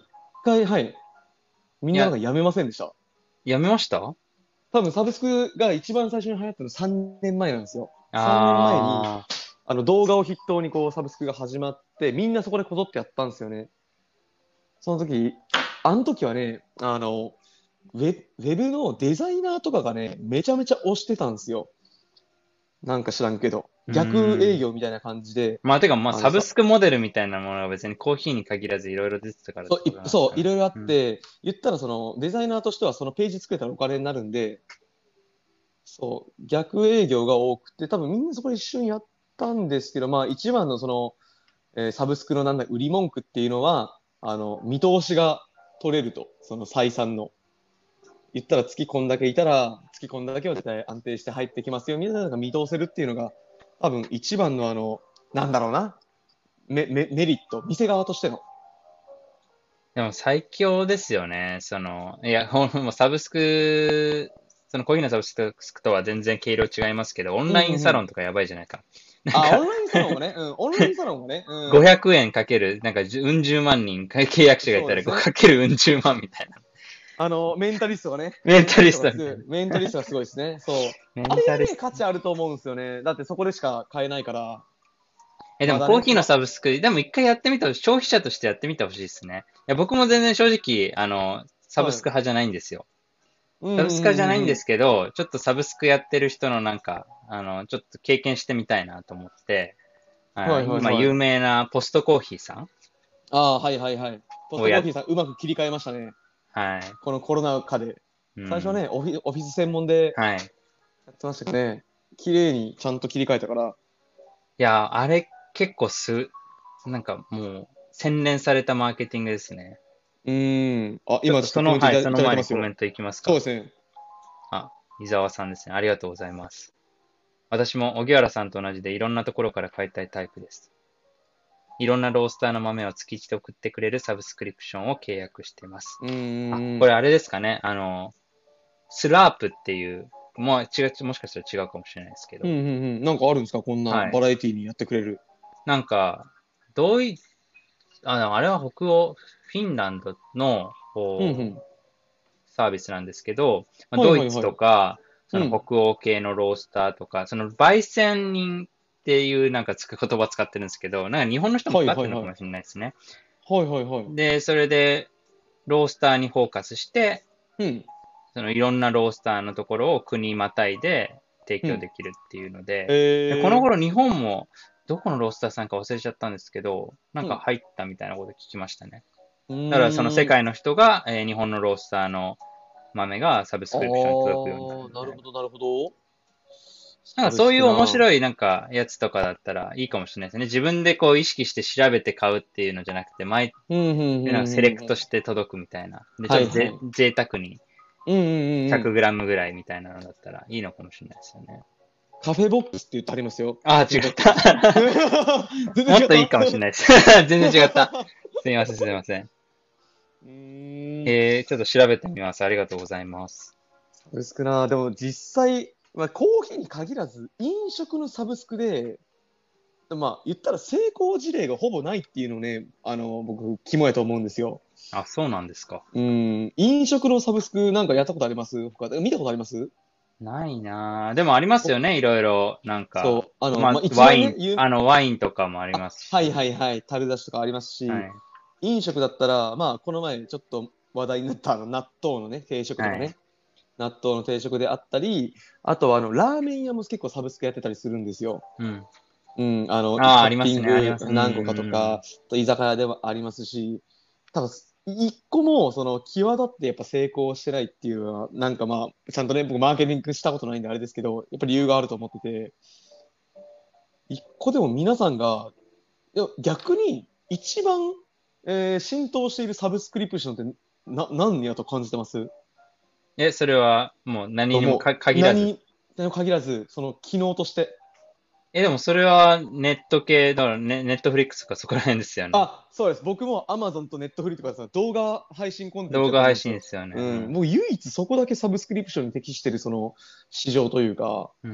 回、はい。みんいや、 ななんかやめませんでした？ やめました？ 多分サブスクが一番最初に流行ったのさんねんまえなんですよ。さんねんまえに、 ああの動画を筆頭にこうサブスクが始まって、みんなそこでこぞってやったんですよね。その時、あの時はね、あの、ウェ、ウェブのデザイナーとかがね、めちゃめちゃ推してたんですよ。なんか知らんけど。 ー、う逆営ーん。 業みたいな感じで、 まあ、てか、まあ、 あのさ、 サブスクモデルみたいなものが別にコーヒーに限らずいろいろ出てたからっそう、 てこといそう、いなんですかね。 ろいろあうん。 って、言ったらそのデザイナーとしてはそのページ作れたらお金になるんで、そう、逆営業が多くて、多分みんなそこで一緒にやったんですけど、まあ一番のその、えーサブスクのなんだ、売り文句っていうのは、あの、見通しが取れると、その採算の。言ったら月こんだけいたら、月こんだけは絶対安定して入ってきますよ、みたいなのが見通せるっていうのが、多分一番のあの、なんだろうな、メ、メ、メリット、店側としての。 でも最強ですよね。その、いや、ほん、もうサブスク、そのコーヒーのサブスクとは全然毛色違いますけど、オンうラインんうんうん。 サロンとかやばいじゃないか。なんあ、オか、 ンラインサロンはね、うん、オンラインサロンはね、うん、 ごひゃくえんかける、なんか、じゅうん十万人契約者がいたらごそうですね。 かけるうん十万みたいな。 あの、メンタリストがね、メンタメンタリリストが強い、 ストみたいな。 メンタリストがすごいですね。そう。 メあれがね、 ンタリスト。 価値あると思うんですよね。だってそこでしか買えないから、 え、でまだね、 もコーヒーのま、 サブスク、でも一回やってみた、消費者としてやってみてほしいですね。いや、僕も全然正直、あの、サブはい。 スク派じゃないんですよ。 うんうんサブスク派じゃないんでうんうん。 すけど、ちょっとサブスクやってる人のなんか、あの、ちょっと経験してみたいなと思って、あ、 はいはい今有はい。 名なポストコーヒーさんああ、はいはいはい。ポスをや、 トコーヒーさん、うまく切り替えましたね。 はい。 このコロナ禍で。 うん。 最初はね、オフィ、オフィス専門ではい。 やってましたけどね。綺麗にちゃんと切り替えたから。 いや、あれ結構す、なんかもう、洗練されたマーケティングですね。 うーん。あ、 ちょっ今ちょっととその、はい、 コメントいた、いたそのだいてますよ。 前にコメントいきますか。 そうですね。 あ、伊沢さんですね。ありがとうございます。私も荻原さんと同じでいろんなところから買いたいタイプです。いろんなロースターの豆を月一で送ってくれるサブスクリプションを契約しています。 うあ、 ーん。 これあれですかね。あの、スラープっていう、もう違う、もしかしたら違うかもしれないですけど、 うんうんうん。なんかあるんですか、こんなはい。 バラエティにやってくれる。 なんか、どうい、あ、あれは北欧、フィンランドのこううんうん。 サービスなんですけど、まあ、ドイツはいはいはい。 とか、そのうん。 北欧系のロースターとか、その焙煎人っていうなんかつく言葉使ってるんですけど、なんか日本の人もはいかかっはいはい。 てるのかもしれないですね。 はいはいはい。 で、それで、ロースターにフォーカスして、 うん。 そのいろんなロースターのところを国またいで提うん。 供できるっていうので、で、このえ頃日本もどこのロースターさんか忘れちゃったんですけど、なんー。うん。 か入ったみたいなこと聞きましたね。 うだからその世ーん。 界の人が、えー日本のロースターの豆がサブスあクリプションに届くようになるー、 みたいな。 なるほどなるほど。 なんかサブスそういう面クな。 白いなんかやつとかだったらいいかもしれないですね。自分でこう意識して調べて買うっていうのじゃなくて、毎、 うん、うん、うん、 なんかセレクうん。うん、 トして届くみたいな。で、ちょっとぜはいはい。 贅沢にうんうんうんうん。 ひゃくグラム ぐらいみたいなのだったらいいのかもしれないですよね。 カフェボックスって言ってありますよ。 ああ、 カフェボック違った。 ス。全然違った。 もっといいかもしれないです。全然違った。すみません、すみません。 うーん。 えー、ちょっと調べてみます。ありがとうございます。 サブスクな。でも実際、まあ、コーヒーに限らず、飲食のサブスクで、まあ、言ったら成功事例がほぼないっていうのをね、あの、僕、肝やと思うんですよ。 あ、そうなんですか。 うん。飲食のサブスクなんかやったことあります他で見たことあります？ ないなぁ。でもありますよね、いろいろ。なんか、 そう。あの、まあ、 まあ、 一番ね、 ワイン、 有あの、ワインとかもありまあ、 すはいし。 はいはい、樽出しとかありますし、 はい。 飲食だったら、まあ、この前ちょっと話題になったあの納豆のね、定食とかはい。 ね、納豆の定食であったり、あとはあの、ラーメン屋も結構サブスクやってたりするんですよ。 うん。 うん、あの、 ああ、 トッありますね、ありピングます。うん、 何個かとうん、 か、と居酒屋ではありますし、ただ、一個も、その、際立ってやっぱ成功してないっていうのは、なんかまあ、ちゃんとね、僕マーケティングしたことないんであれですけど、やっぱり理由があると思ってて、一個でも皆さんが、いや逆に一番、えー浸透しているサブスクリプションってな何やと感じてます？ え、それはもう何にもかともう限らず。 何にも限らず、その機能として。 え、でもそれはネット系、だからネ、ネットフリックスとかそこら辺ですよね。 あ、そうです。僕も Amazon と Netflix とかさ動画配信コンテンツ動やってるんですよ。 画配信ですよね。 うん。 うん。 もう唯一そこだけサブスクリプションに適してるその市場というか。 うん。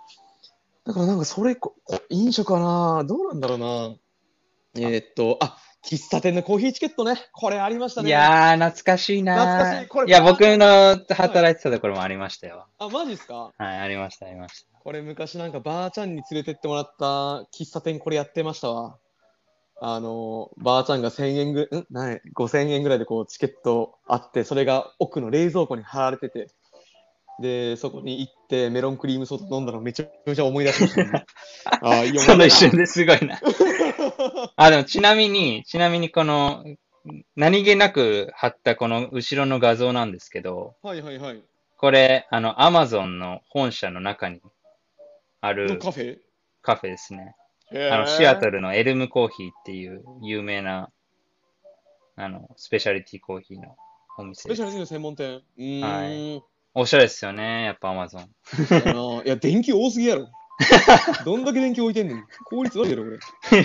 だからなんかそれこ、飲食かなどうなんだろうな。えーっと、あ、 喫茶店のコーヒーチケットね。これありましたいね。 やー、懐かしい懐かなー。 しい。これ、 いや、僕のはい。 働いてたところもありましたよ。 あ、マジっすか？ はい、ありました、ありました。 これ昔なんかばあちゃんに連れてってもらった喫茶店これやってましたわ。あの、ばあちゃんがせんえんぐらい、んない、ごせんえんぐらいでこうチケットあって、それが奥の冷蔵庫に貼られてて、で、そこに行ってメロンクリームソーダ飲んだのめちゃめちゃ思い出しましたね。ああ、いい思そい出だな。 の一瞬ですごいな。あ、でもちなみに、ちなみにこの、何気なく貼ったこの後ろの画像なんですけど、 はいはいはい。 これ、あの、アマゾンの本社の中にあるのカフェ。 カフェですね。 へあの、シアトえ。 ルのエルムコーヒーっていう有名な、あの、スペシャリティコーヒーのおス店です。 ペシャルティの専門店。うはい。 ーん。 おしゃれですよね、やっぱアマゾン。 そうやな。いや、電気多すぎやろ。どんだけ電気置いてんねん。効率悪いやろ、これ。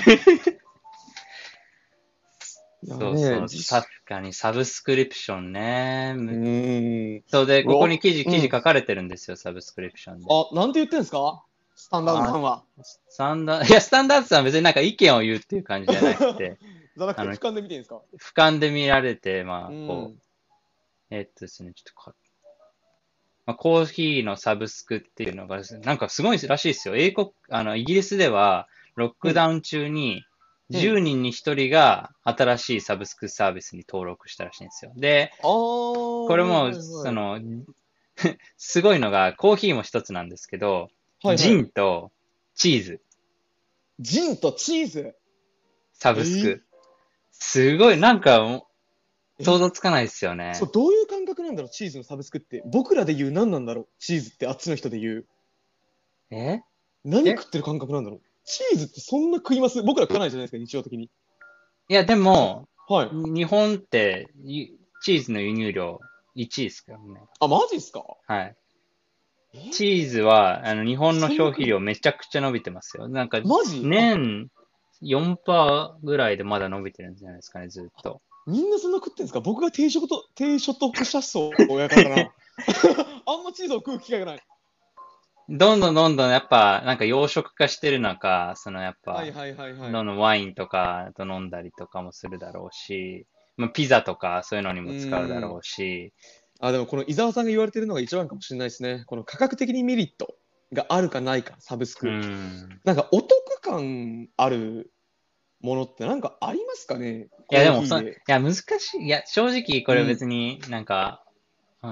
いやね、 そうそう、確実かにサブスクリプションね。 うむーん。 そうで、 うわ、 ここに記事、 うん。 記事書かれてるんですよ、サブスクリプションで。 あ、なんて言ってんすかスタンダードさあ、 んは。 スタンダード、いや、スタンダードさんは別になんか意見を言うっていう感じじゃなくて、 じゃなくて、 あの、 俯瞰で見てんすか？ 俯瞰で見られて、まあ、こうん。 う、えっとですね、ちょっとか、まあ、コーヒーのサブスクっていうのが、なんかすごいらしいですよ。英国、あの、イギリスでは、ロッうん。 クダウン中に、10 うん。 人にひとりが新しいサブスクサービスに登録したらしいんですよ。で、 ああ、はいこれも、 はいはい。 その、すごいのが、コーヒーも一つなんですけど、ジはいはい。 ンとチーズ、 ジンとチーズ。 サえー、 ブスク。すごい、なんか、想え、 像つかないですよそう、 ね。 どういう感覚なんだろう、チーズのサブスクって。僕らで言う何なんだろう、チーズってあっちの人で言う。 ええ何食ってる感覚なんだろう。チーズってそんな食います？僕ら食わないじゃないですか、日常的に。 いや、でさ、 も、 はい。 日本ってゆチーズの輸入量いちいですからね。 あ、マジっすか？ はい。チえ、 ーズは、あの、日本のそんな食う？ 消費量めちゃくちゃ伸びてますよ。なんか、 マジ？あ、 年よんパーセントぐらいでまだ伸びてるんじゃないですかね、ずっと。 みんなそんな食ってんすか？僕が低所得と、低所得者層やからかな。あんまチーズを食う機会がない。 どんどんどんどんやっぱ、なんか養殖化してるのか、そのやっぱ、 はいはいはいはい。 どんどんワインとかと飲んだりとかもするだろうし、まあ、ピザとかそういうのにうも使うだーん。 ろうし、 あ、でもこの伊沢さんが言われてるのが一番かもしれないですね。この価格的にメリットがあるかないか、サブスうク。 ん。 なんかお得感あるものってなんかありますかね？ いやでコーもそ、いヒーで。 や難しい。いや正直これうん。 別になんか、うん、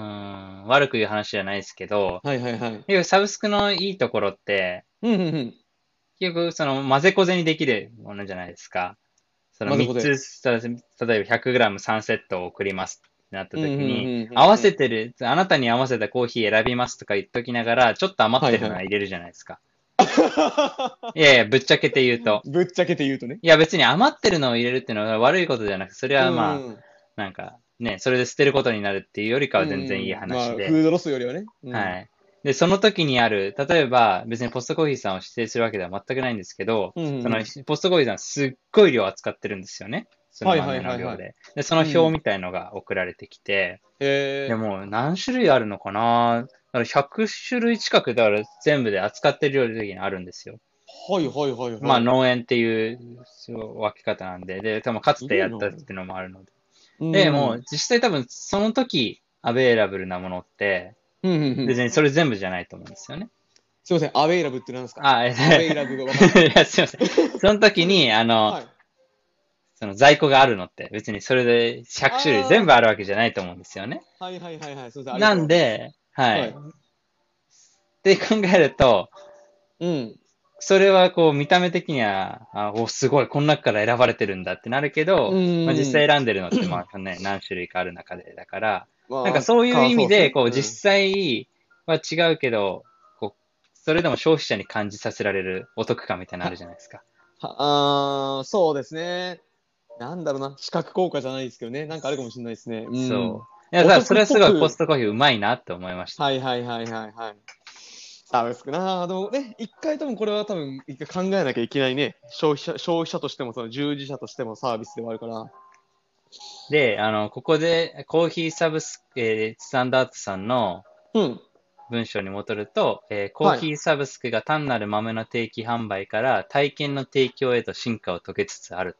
悪く言う話じゃないですけど、 はいはいはい。 結局サブスクのいいところって、 うんうんうん。 結局その混ぜこぜにできるものじゃないですか。その3 まぜこで。 つ、さ例えば ひゃくグラムさんセットを送りますってなったうんうん時に、 うん合わうんうん。 せてる、あなたに合わせたコーヒー選びますとか言っときながら、ちょっと余ってるはいはい。 のは入れるじゃないですか。いやいや、ぶっちゃけて言うと。 ぶっちゃけて言うとね。 いや別に余ってるのを入れるっていうのは悪いことじゃなくて、それうはまあ、 ん。 なんかね、それで捨てることになるっていうよりかうは全然いいん。まあ、フ話で、 ードロスよりはね。うん。 はい。で、その時にある、例えば別にポストコーヒーさんを指定するわけでは全くないんですけど、 うんうんそのうん。 ポストコーヒーさんすっごい量扱ってるんですよね。そのはいは豆いはいはい。 の量で。で、そのうん。 表みたいのが送られてきて、でへえ。 もう何種類あるのかな。だからひゃく種類近くだから全部で扱ってる量的にあるんですよ。 はいはいはいまあはい。 農園っていうそう分け方なんで、で、多分かつてやすごいな。 ったっていうのもあるので。 うで、もうん。 実際多分その時アベイラブルなものって、 うんうんうん。 別にそれ全部じゃないと思うんですよね。 すいません。アウェイラブって何ですか？ あ、え、 アウェイラブがわかんない。 いや、すいません。その時に、あの、 はい。 その在庫があるのって別にそれでひゃく種類全部ああるわけじゃないと思うんですよね。 あ、はいはいはいはい。すいません。ありがなとうございます。 んで、はい。 はい。 って考えると、 うん。 それはこう見た目的には、あ、お、すごい、この中から選ばれてるんだってなるけうど、まあ、実際ん。 選んでるのってまあね、何種類かある中でだから、なんまあ、 かそういうか、 意味で、 そうですね。 こう実うん。 際は違うけど、こう、それでも消費者に感じさせられるお得感みたいなのあるは、 じゃないですか。 は、あーそうですね。なんだろうな。視覚効果じゃないですけどね。なんかあるかもしれないですね。うん。 そう。いや、だからそお得っれはすごいポスぽく。 トコーヒーうまいなって思いました。 はいはいはいはいはい。サブスクな。でもね、一回多分これは多分一回考えなきゃいけないね。消費者、消費者としても、その従事者としてもサービスではあるから。 で、あの、ここでコーヒーサブスク、えースタンダードさんのうん。 文章に戻ると、えーコーはい。 ヒーサブスクが単なる豆の定期販売から体験の提供へと進化を遂げつつあると。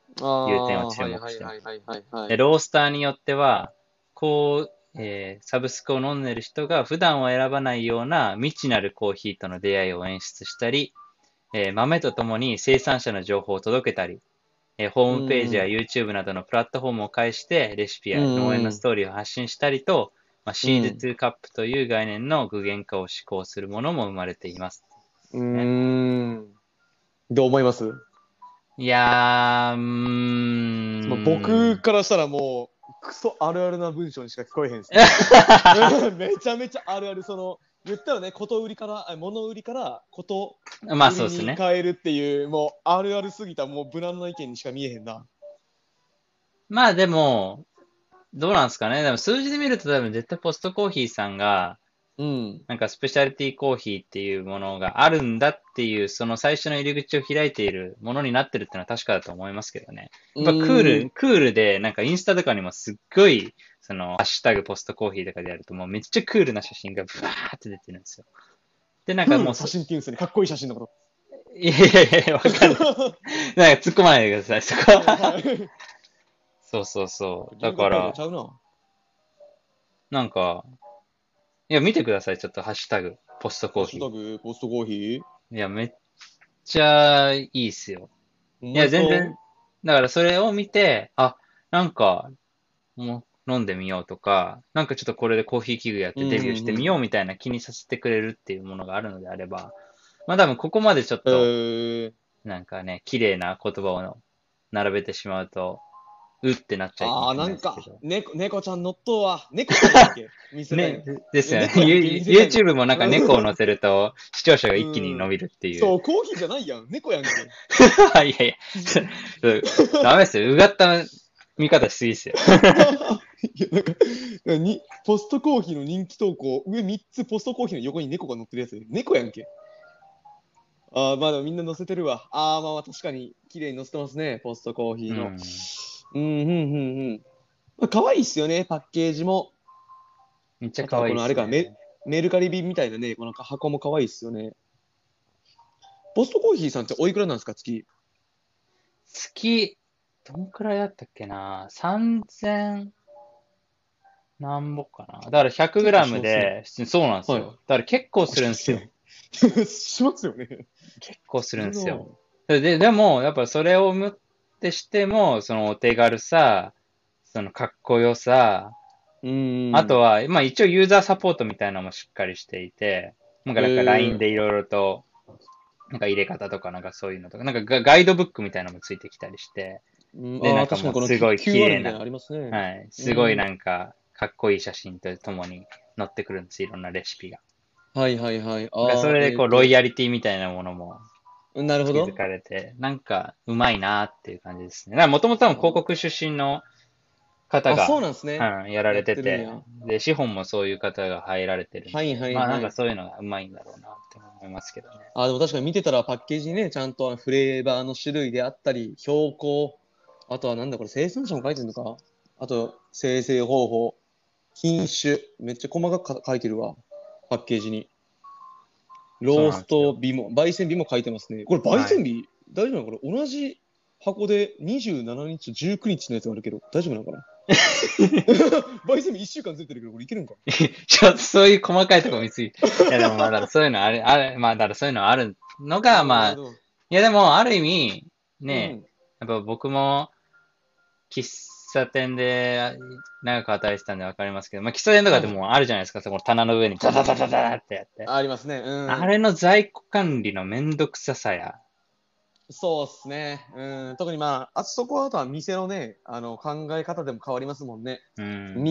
ああ、 いう点を注はい目してます。 はいはいはいはいはで、 い。 ロースターによっては、こう、えーサブスクを飲んでる人が普段は選ばないような未知なるコーヒーとの出会いを演出したり、えー豆とともに生産者の情報を届けたり、えーホうームページやん YouTube などのプラットフォームを介してレシピうや農園のスんトーリーを発信したりと、まあ、 うん。 シーズにカップという概念の具現化を施行するものも生まれています。 うね、 ん。うーん。どう思います？ いやー、うーまあ、僕ん。 からしたらもう、クソあるあるな文章にしか聞こえへんですね。めちゃめちゃあるある、その、言ったらね、こと売りから、あ物売りからことまあ売りそうですね。 に変えるっていう、もうあるあるすぎた、もう無難な意見にしか見えへんな。 まあでも、どうなんですかね。でも数字で見ると多分絶対ポストコーヒーさんが、 うん。 なんかスペシャリティコーヒーっていうものがあるんだっていう、その最初の入り口を開いているものになってるっていうのは確かだと思いますけどね。 うやっぱクーーん。 ル、クールで、なんかインスタとかにもすっごい、その、ハッシュタグポストコーヒーとかでやるともうめっちゃクールな写真がブワーって出てるんですよ。で、なんクールな写かもうそ、 真って言うんですよね。かっこいい写真のこいやいやいや、わと。 かんない。なんか突っ込まないでください、そこはいは。 はい。 そうそうそう。だ原価改から、 良ちゃうな。 なんか、いや、見てください、ちょっとハッシュタグ、ポストコーヒハッシュタグポストコーヒー。 ー。いや、めっちゃいいっすよ。いや、 ほんまですか？ 全然、だからそれを見て、あ、なんか、もう飲んでみようとか、なんかちょっとこれでコーヒー器具やっうんてデビューしてみよううんみたいな気にさせてくれるっていうものがあるのであれば、まあ多分ここまでちょっうん。 と、 えー、 なんかね、綺麗な言葉を並べてしまうと、うってなっちゃうかもああ、 しれなんか、 ないですけど。 猫、猫ちゃん乗っとうわ。猫さんやんけ、見せたいね、 の。 ですよね。 猫やんけ、見せたいの。 YouTube もなんか猫を乗せると視聴者が一気にうん。 伸びるっていう。 そう、コーヒーじゃないやん。猫やんけ。 いやいや、そそうダメですよ。うがった見方しすぎですよ。 いや、なんか、に、ポストコーヒーの人気投稿、上みっつポストコーヒーの横に猫が乗ってるやつ。猫やんけ。ああ、まあでもみんな乗せてるわ。ああ、まあまあ確かに綺麗に乗せてますね。ポストコーヒーの。 うん。 うん、うん、うん、うん。まあ、可愛いっすよね、パッケージも。 めっちゃあとは可愛いっこのあれか、メ、 すね。 メルカリ便みたいなね、この箱も可愛いっすよね。ポストコーヒーさんっておいくらなんですか、月？ 月、どんくらいだったっけな？ さんぜん なんぼかな。だから結構しひゃくグラムますね。 で、そうなんですはい。 よ。だから結構結構するんですよ。 しますね。しますよね。 結構すするなぁ。 るんですよ。で、でも、やっぱそれをもってしても、そのお手軽さ、そのかっこよさ、 うーん。 あとは、まあ一応ユーザーサポートみたいなのもしっかりしていて、なんかなんか ラインえでいろいろと、なんか入れ方とかなんかそういうのとか、なんかガガイドブックみたいなのもついてきたりして、 ー、うん、 で、 ああ、 なんかも確かにこのうすごい Q- 綺 QR 麗な、 みたいなのありますね。 はい、すごいうん。 なんかかっこいい写真とともに載ってくるんです、いろんなレシピが。 はいはいはい。 なんかそああ、 れでこうロイえっと、 ヤリティみたいなものもなるほど。 築かれて、なんかうまいなっていう感じですね。だからもともとは広告出身の方あ、そうが、 なんですね。 うん、やらやっれてて、 てるんや。 で、資本もそういう方が入られてるんはいで、まあなんはいはい。 かそういうのがうまいんだろうなって思いますけどね。 あ、でも確かに見てたらパッケージにね、ちゃんとフレーバーの種類であったり、標高、あとはなんだこれ生産者も書いてるのか？あと生成方法、品種、めっちゃ細かくか書いてるわ。パッケージに。 そうロースなんですよ。 ト日も、焙煎日も書いてますね。これ焙はい。 煎日大丈夫なの？これ同じ箱でにじゅうしちにちとじゅうくにちのやつがあるけど、大丈夫なのかな？焙煎日いっしゅうかんずれてるけど、これいけるんか？ ちょっとそういう細かいとこ見すぎ。いやでもまあだからそういうのある、ある、まあだからそういうのあるのが、 なるほど、なまあ、 るほど。 いやでもある意味、ね、 うん。 やっぱ僕も喫茶店で長く働いてたんでわかりますけど、まあ喫茶店とかではい。 もあるじゃないですか、そこの棚の上にダダダダダってやって。 ありますね。うん。 あれの在庫管理のめんどくささや、 そうっすね。うん。特にまあ、あそこはあとは店のね、あの、考え方でも変わりますもんね。 うん。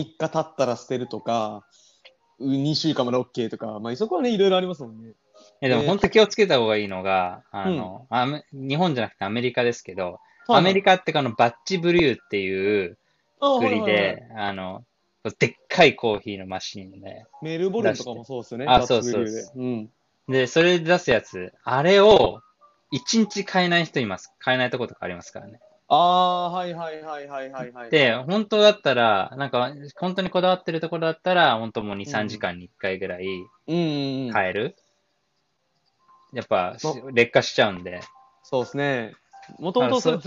みっか経ったら捨てるとか、にしゅうかんまで OK とか、まあ、そこはね、いろいろありますもんね。 いやでもで、 本当気をつけた方がいいのが、あうん。 の、アメ日本じゃなくてアメリカですけど、アメリはいはい。 カってこのバッチブリューっていうあ、 作はいはいはい。 りで、あの、でっかいコーヒーのマシンをね、 メルボルンとかも出して。 そうですよね。 あ、 バッそうチブリューで。 そうです。 うん。 で、それで出すやつ、あれを一日買えない人います。買えないとことかありますからね。 ああ、はいはいはいはいはいはいはで、 い。 本当だったら、なんか、本当にこだわってるところだったら、本当もうに、3 うん。 時間にいっかいぐらいうんうんうん。 買える。やっぱ、 ま、 劣化しちゃうんで。 そうですね。もともあ、そ、 とそれずっ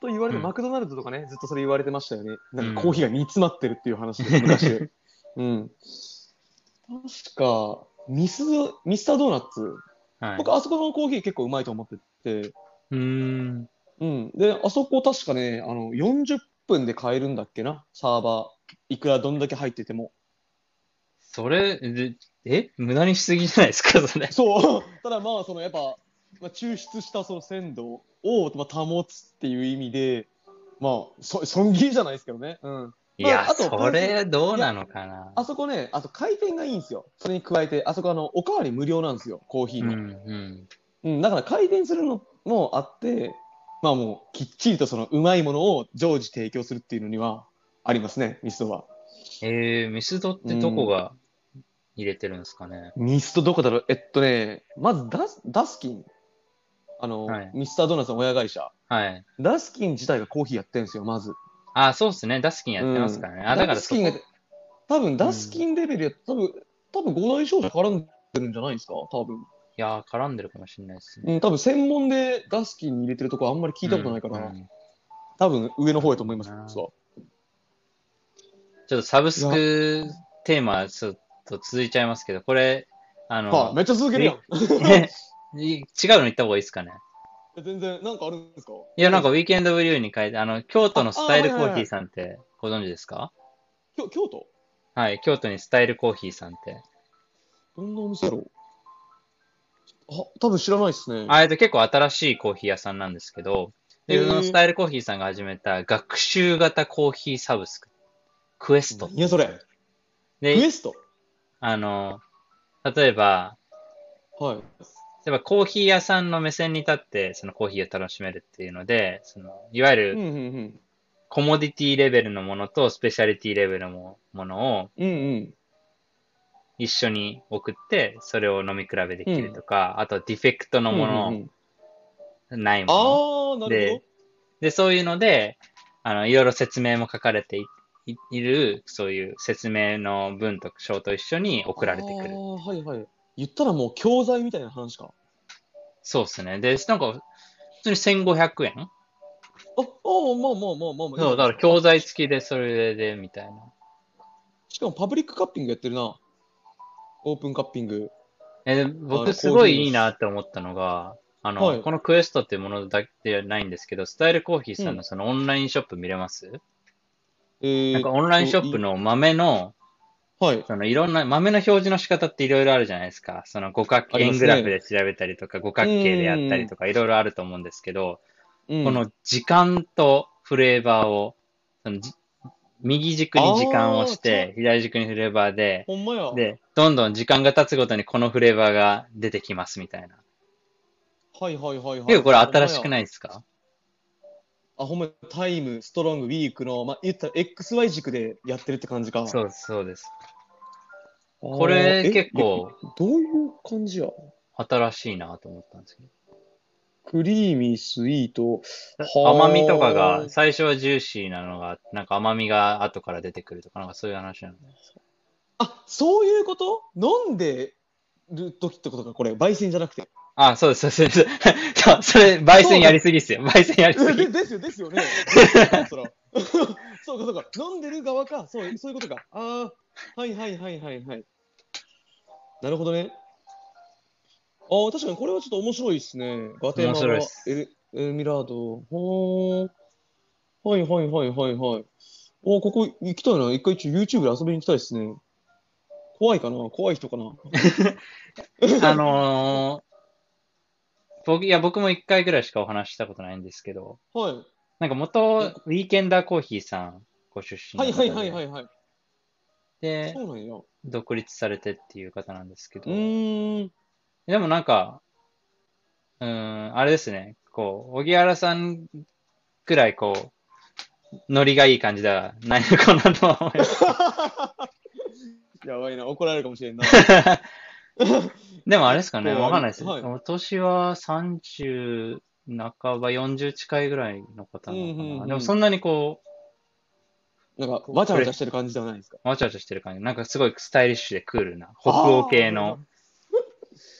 と言われて、 うんマクドナルドとかね、ずっとそれ言われてましたよね。なんうんかコーヒーが煮詰まってるっていう話で、昔。うん。確か、ミス、ミスタードーナツ。 はい。 僕、あそこのコーヒー結構うまいと思ってて、 うーん。 うん。で、あそこ確かね、あの、よんじゅっぷんで買えるんだっけな、サーバー。いくらどんだけ入ってても。 それ、で、え無駄にしすぎじゃないですか、それ。 そう。ただまあ、そのやっぱ、まあ、抽出したその鮮度を、まあ、保つっていう意味で、まあ、そ損切りじゃないですけどね。うん。まあ、 いや、 あと、プそラス、 れどういや、 なのかな。 あそこね、あと回転がいいんですよ。それに加えて、あそこあの、おかわり無料なんですよ、コーヒーうん、 の。 うん。 うん、だから回転するのもあって、まあもう、きっちりとそのうまいものを常時提供するっていうのにはありますね、ミスドは。 えー、ミスドってどこうん。 が入れてるんですかね。 ミスドどこだろう。えっとね、まずダス、ダスキン。あの、 はい。 ミスタードーナツの親会社。 はい。 ダスキン自体がコーヒーやってるんですよ、まず。 あ、そうっすね。ダスキンやってますうん。 からね。あ、だダからそこ。 スキンが、多分ダスうん。 キンレベルや、多分、多分ご大商社絡んでるんじゃないですか、多分。 いやー、絡んでるかもしれないですね。 うん、多分専門でダスキンに入れてるとこあんまり聞いたことなうん、 いから、 うん。 多分上のなる方やと思いますほどな。 わ。 ちょっとサブスいや、 クテーマ、ちょっと続いちゃいますけど、これ、あはい、 の、 めっちゃ続けウィるやん。 違うの言った方がいいですかね。 全然、なんかあるんですか？ いや、なんか、ウ何ですか？ ィーケンドブリューに書いて、あの、京都のあ、 スタあー、 イルコーヒーはいはいはい。 さんってご存知ですか？ 京、京都はい、京都にスタイルコーヒーさんって。 どんなお店やろう？あ、多分知らないっすね。 あえて結構新しいコーヒー屋さんなんですけど、で、そのスえタイルコーヒーさんが始めた学習型コーヒーサブスク、クエスー、 トっ何やそれ。 ていうんですよ。で、 クエスト。 あの、例えば、 はい。 例えばコーヒー屋さんの目線に立って、そのコーヒーを楽しめるっていうので、その、いわゆるうん、うん、うん。 コモディティレベルのものとスペシャリティレベルのものをうん、うん。 一緒に送って、それを飲み比べできるうん。 とか、あとディフェクトのうん、うん、 もの、 うん。 ないもの。 あー、なるほで、 ど。 で、そういうので、あの、いろいろ説明も書かれてい、いいる、そういう説明の文と章と一緒にあ送られてくる。 ー、はいはい。言ったらもう教材みたいな話か。 そうですね。で、なんか、普通にせんごひゃくえん。 あ、あー、まあまあまあまあまあ、いいそう、 じゃないですか。あ、 だから教材し、 付きでそれで、みたいな。 しかもパブリックカッピングやってるな。オープンカッピング。 え、であの、 僕すコーヒーのごいいいなっし、 て思ったのが、あの、 はい。 このクエストっていうものだけではないんですけど、スタイルコーヒーうん。 さんのそのオンラインショップ見れます？ えなんかーっオンラインシと、 ョップい、 の豆の、 はい。 そのいろんな、豆の表示の仕方っていろいろあるじゃないですか。その五角、 ありま円すね。 グラフで調べたりとか、五う角形でやったりーん。 とか、いろいろあると思うんですけど、 うん。 この時間とフレーバーを、そのじ右軸に時間を押あー、ちゃ、 して、左軸にフレーバーで、 ほんまや。 で、どんどん時間が経つごとにこのフレーバーが出てきますみたいな。 はいはいはいはいはい。 結構これほんまや。 新しくないですか？ あ、ほんまや。タイム、ストロング、ウィークの、まあ、言ったら エックスワイ 軸でやってるって感じか。 そうです、そうです。 ああ、 これえ、いや、 結構どういう感じや？ 新しいなと思ったんですけど。 クリーミー、スイート。 甘みとかが、 は最初はジューシーなのが、なんか甘みが後から出てくるとか、なんかそういう話なんですか？ あ。あ、そういうこと？飲んでる時ってことか、これ。焙煎じゃなくて。 あ、そうです、そうです。そう、それ、焙煎やそうか。 りすぎっすよ。焙煎やりすで、 ぎ。 ですよ、ですよね。ですよね、そら。そうか、そうか。飲んでる側か。そう、そういうことか。ああ、はいはいはいはいはい。なるほどね。ああ、確かにこれはちょっと面白いですね。ガテ面白いっマラ、エす。 ル、エルミラード。ほー。はいはいはいはいはい。おー、ここ行きたいな。一回ちょ YouTube で遊びに行きたいですね。怖いかな？怖い人かな？ あのー僕、いや、僕も一回ぐらいしかお話ししたことないんですけど、 はい。 なんか元、 え、 ウィーケンダーコーヒーさんご出身はいはいの方で、 はいはいはい。 で、 そうなんや。う独立されてっていう方なんですけど、 ーん。 でもなんか、うーん、あれですね、こう、荻原さんくらいこう、ノリがいい感じではないのかなとは思いますけやばいな。怒られるかもしれんな。 ど。でもあれですかね、 結構あり、 わかんないです。 はい。 お年はさんじゅう半ばよんじゅう近いぐらいの方うんうなのかな。 んうん。 でもそんなにこう、 なんか、 こう、 わちゃプレ、 わちゃしてる感じではないですか？ わちゃわちゃしてる感じ。なんかすごいスタイリッシュでクールな、北欧ああー、なるほどな。 系の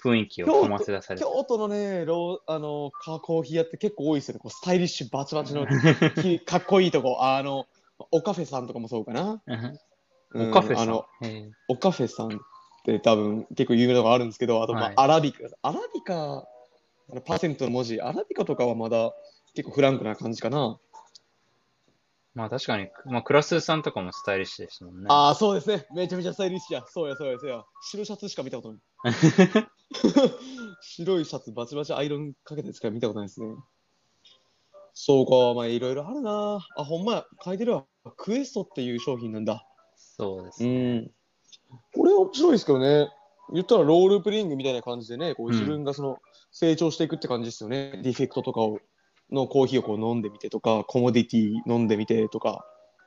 雰囲気を京醸せ出さ都、 れて。 京都のね、ロー、あの、カコーヒー屋って結構多いですよね。こうスタイリッシュバチバチのきかっこいいとこ。あの、オカフェさんとかもそうかな。 おうん、 カフェさん。 あの、 へオカフェさんって多分結構有名なとこあるんですけど、あと、まあ、 はい。 アラビカ。アラビカ、あのパーセントの文字、アラビカとかはまだ結構フランクな感じかな。 まあ確かに、まあクラスさんとかもスタイリッシュですもんね。 ああ、そうですね。めちゃめちゃスタイリッシュや。そうや、そうや、そうや。白シャツしか見たことない。白いシャツバチバチアイロンかけてしか見たことないですね。そうか、まあいろいろあるな。あ、ほんまや、書いてるわ。クエストっていう商品なんだ。 そうでうすね。 ん。これは面白いですけどね。言ったらロールプレイングみたいな感じでね、こう自うん。 分がその成長していくって感じですよね。ディフェクトとかをのコーヒーをこう飲んでみてとか、コモディティ飲んでみてとか。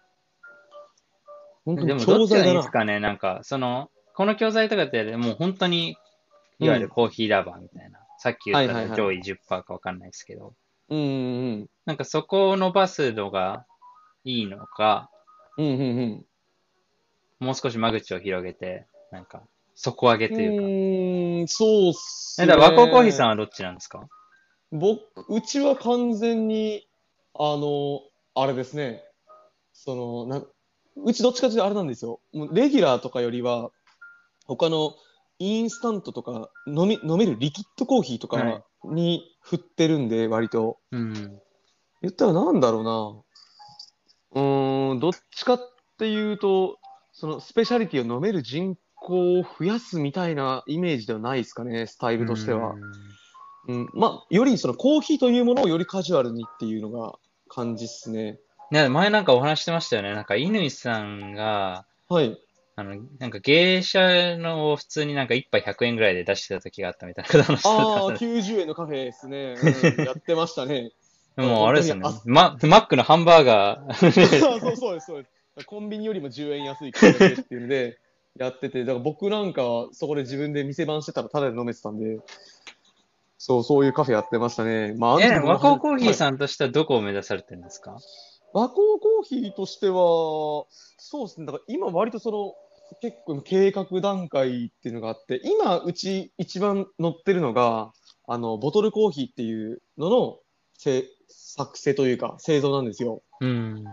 本当にでもどっちが教材だな。 いいんですかねなんか、その、この教材とかってもう本当に、いわゆるうん。 コーヒーラバーみたいな。さっき言っはいはいはい。 たら上位じゅっパーセントかわかんないですけど。 うんうんなんかそこを伸ばすのがいいのか、 うん。うんうんもう少し間口を広げて、なんか、底上げうというか。 ん。うーん、そうっえ、 すだから和光コーヒーさね。 んはどっちなんですか？ 僕、うちは完全に、あの、あれですね。その、な、うちどっちかというとあれなんですよ。もうレギュラーとかよりは、他のインスタントとか飲み、飲めるリキッドコーヒーとかはい。 に振ってるんで、割と。 うん。 言ったらなんだろうな。うーん、どっちかっていうと、そのスペシャリティを飲める人口を増やすみたいなイメージではないですかね、スタイうルとしては。 ん。 うん、まあ、よりそのコーヒーというものをよりカジュアルにっていうのが感じっすね。 ね、前なんかお話してましたよね。なんか、乾さんが、 はい。 あの、なんか芸者のを普通になんか一杯ひゃくえんぐらいで出してた時があったみたいな話されてましああ、 たね。 きゅうじゅうえんのカフェですね。うん、やってましたね。だからもうあれですよね。 本当にあ、 マ、マックのハンバーガー。 そうそうです、そうです。コンビニよりもじゅうえん安い価格でっていうのでやってて、だから僕なんかはそこで自分で店番してたらタダで飲めてたんで、そう、そういうカフェやってましたね。まあ、あのえ、 時僕も和光コーヒー初めて、はい。 さんとしてはどこを目指されてるんですか？ 和光コーヒーとしては、そうですね。だから今割とその、結構計画段階っていうのがあって、今うち一番乗ってるのが、あの、ボトルコーヒーっていうののせ作成というか製造なんですよ。 うん。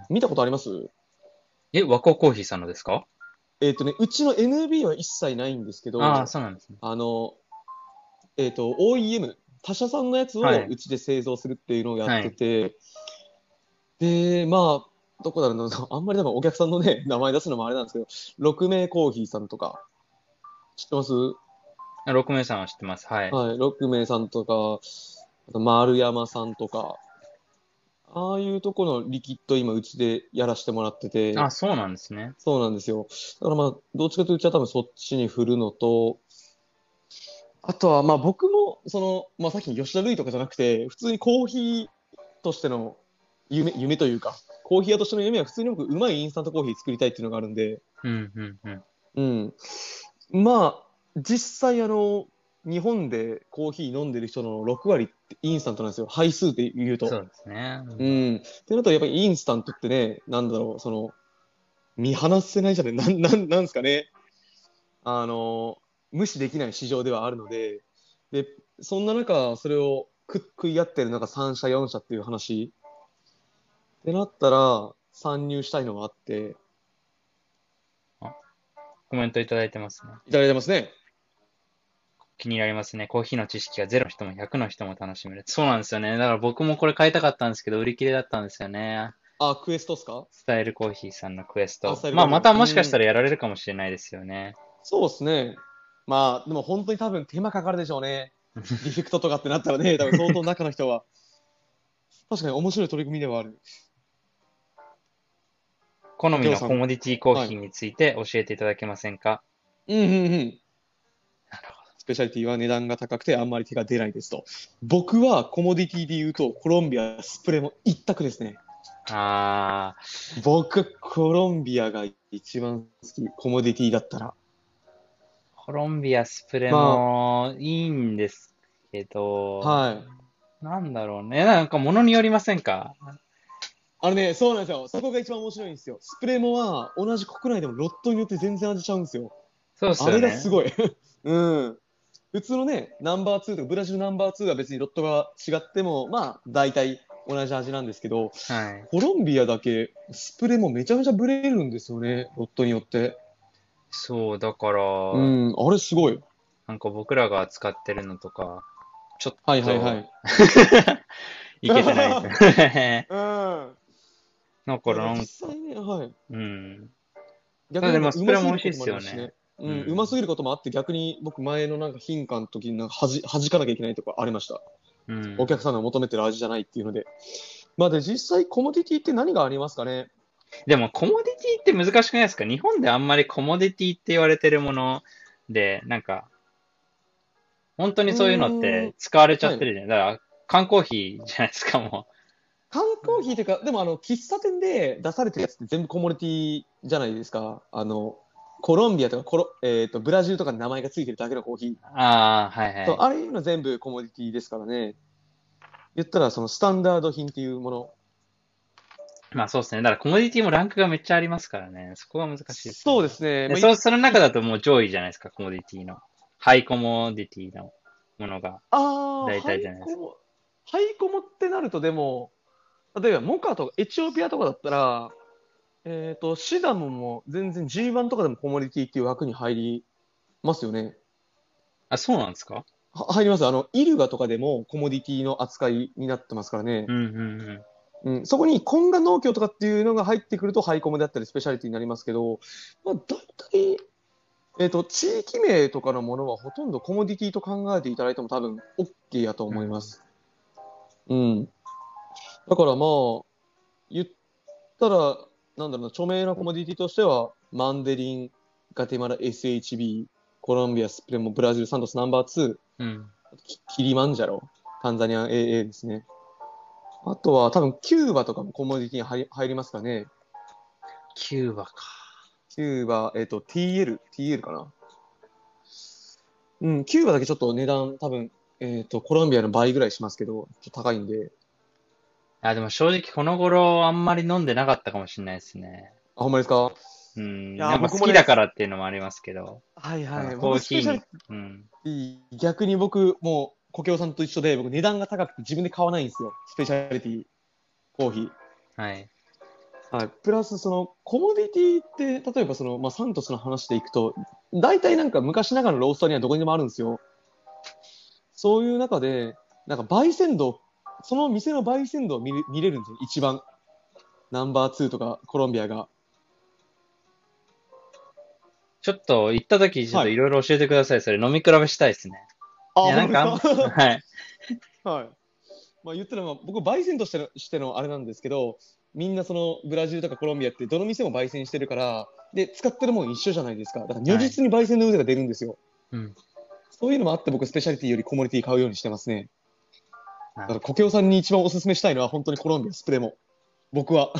見たことあります？ え、和光コーヒーさんのですか？ えっとね、うちの エヌビー は一切ないんですけああー、 ど、 そうなんですね。 あの、えっと、オーイーエム、他社さんのやつはい。 をうちで製造するっていうのをやってはい。 て、で、まあ、どこだろうな、あんまり多分お客さんのね、名前出すのもあれなんですけど、六名コーヒーさんとか、知ってます？ ろく名さんは知ってます。はい。 はい、六名さんとか、あと丸山さんとか、ああいうとこのリキッド今うちでやらせてもらってて、 あ、そうなんですね。 そうなんですよ。だからまあ、どっちかというとうちは多分そっちに振るのと、あとはまあ僕も、その、まあさっきの吉田類とかじゃなくて、普通にコーヒーとしての夢、夢というか、コーヒー屋としての夢は普通に僕、うまいインスタントコーヒー作りたいっていうのがあるんで、 うん、うん、うん。 うん。まあ、実際あの、日本でコーヒー飲んでる人のろく割ってインスタントなんですよ。杯数で言うと。 そうですね。うん。 うん。ってなるとやっぱりインスタントってね、なんだろう、その、見放せないじゃない、なん、なん、なんですかね。あの、無視できない市場ではあるので、で、そんな中、それをく食い合ってるのがさん社、よん社っていう話ってなったら、参入したいのがあって、 あ、コメントいただいてますね。 いただいてますね。 気になりますね。コーヒーの知識がゼロの人もひゃくの人も楽しめる。そうなんですよね。だから僕もこれ買いたかったんですけど、売り切れだったんですよね。 あ、クエストっすか？ スタイルコーヒーさんのクエスあ、スト。まあ、 タイルコーヒーの。 またもしかしうん。 たらやられるかもしれないですよね。 そうですね。まあ、でも本当に多分手間かかるでしょうね。ディフェクトとかってなったらね、多分相当中の人は。確かに面白い取り組みではある。 好みりょうさん。 のコモディティコーはい。 ヒーについて教えていただけませんか？ うんうんうん。スペシャリティは値段が高くてあんまり手が出ないですと。僕はコモディティで言うとコロンビアスプレーも一択ですね。 あ僕、コロンビアが一番好き。コモディティだったら。 ー、コロンビアスプレまもいいんですけあ、 ど、 はい。 なんだろうね。なんか物によりませんか？ あれね、そうなんですよ。そこが一番面白いんですよ。スプレーモは同じ国内でもロットによって全然味ちゃうんですよ。 そうっすあよね。 れがすごい。うん。 普通のね、ナンバーツーとか、ブラジルナンバーツーは別にロットが違っても、まあ、大体同じ味なんですけど、 はい。 コロンビアだけ、スプレーもめちゃめちゃブレるんですよね、ロットによって。 そう、だから、 うん、あれすごい。 なんか僕らが使ってるのとか、ちょっはいはいはとい。 いけてないですよね。 うん。 だかいや、 らなんか、 実際ね、はい。 うん。た逆になんかだでもスプレーも美味しいでうますぎることもあすよね。 りますしね。うん、うますうん。 ぎることもあって、逆に僕前のなんか品鑑の時になんかはじ、弾かなきゃいけないとかありました。 うん。 お客さんが求めてる味じゃないっていうので。まあで、実際コモディティって何がありますかね。 でもコモディティって難しくないですか？日本であんまりコモディティって言われてるもので、なんか、本当にうそういうのっーん、 て使われちゃはい。 ってるじゃん。だから、缶コーヒーじゃないですか、も缶コーヒーというか、でもあの、喫茶店で出されてるやつって全部コモディティじゃないですか。あの、コロンビアとかコロ、えっと、ブラジルとかに名前がついてるだけのコーヒー。 う。ああ、はいはそう、 い。 あれいうの全部コモディティですからね。言ったらそのスタンダード品っていうもの。 まあそうですね。だからコモディティもランクがめっちゃありますからね。そこが難しいですよそうでね。 すね。 で、 まあ、 そ、そのい、 中だともう上位じゃないですか、コモディティの。ハイコモディティのものがああ、 大ハ体じゃないですか。 イコモ、ハイコモってなるとでも、例えばモカとかエチオピアとかだったら、えっと、シダモンも全然 ジーワン とかでもコモディティっていう枠に入りますよね。 あ、そうなんですか？ は入ります。あの、イルガとかでもコモディティの扱いになってますからね。 うんうんうん。 うん、そこにコンガ農協とかっていうのが入ってくるとハイコモであったりスペシャリティになりますけど、まあ、大体、えっと、地域名とかのものはほとんどコモディティと考えていただいても多分 OK やとうん。 思います。うん。だからまあ、言ったら、なんだろうな、著名なコモディティとしては、マンデリン、ガテマラ エスエイチビー、コロンビア、スプレモ、ブラジル、サントスナンバーツうん。 ー、キキリマンジャロ、タンザニア エーエー ですね。あとは多分キューバとかもコモディティに入り入りますかね。 キューバか。 キューバ、えっと、ティーエル、ティーエル かな。うん、キューバだけちょっと値段多分、えっと、コロンビアの倍ぐらいしますけど、ちょっと高いんで。 あ、でも正直この頃あんまり飲んでなかったかもしれないですね。 あ、ほんまですか？ うん。 いやー、 やっぱ好僕もね、 きだからっていうのもありますけど、あの、 はいはい。僕、 コーヒーに、 スペシャリテうん。 ィ、逆に僕、もう、故郷さんと一緒で、僕、値段が高くて自分で買わないんですよ。スペシャリティ、コーヒー。 はい。 はい。プラス、その、コモディティって、例えば、その、まあ、サントスの話でいくと、大体なんか昔ながらのロースターにはどこにでもあるんですよ。そういう中で、なんか、焙煎度、その店の焙煎度を見れ見れるんですよ。一番。ナンバーツーとか、コロンビアが。 ちょっと行った時ちょっはい。 といろいろ教えてください。それ飲み比べしたいですね。 あ、 いや、なほんまですか？ んかあん、はい。 はい。まあ言ったら、まあ、僕、焙煎としての、してのあれなんですけど、みんなそのブラジルとかコロンビアってどの店も焙煎してるから、で、使ってるもん一緒じゃないですか。だから如はい。 実に焙煎の腕が出るんですよ。 うん。 そういうのもあって僕、スペシャリティよりコモディティ買うようにしてますね。だから、 なるほど。 コケオさんに一番おすすめしたいのは本当にコロンビア、スプレも。僕は。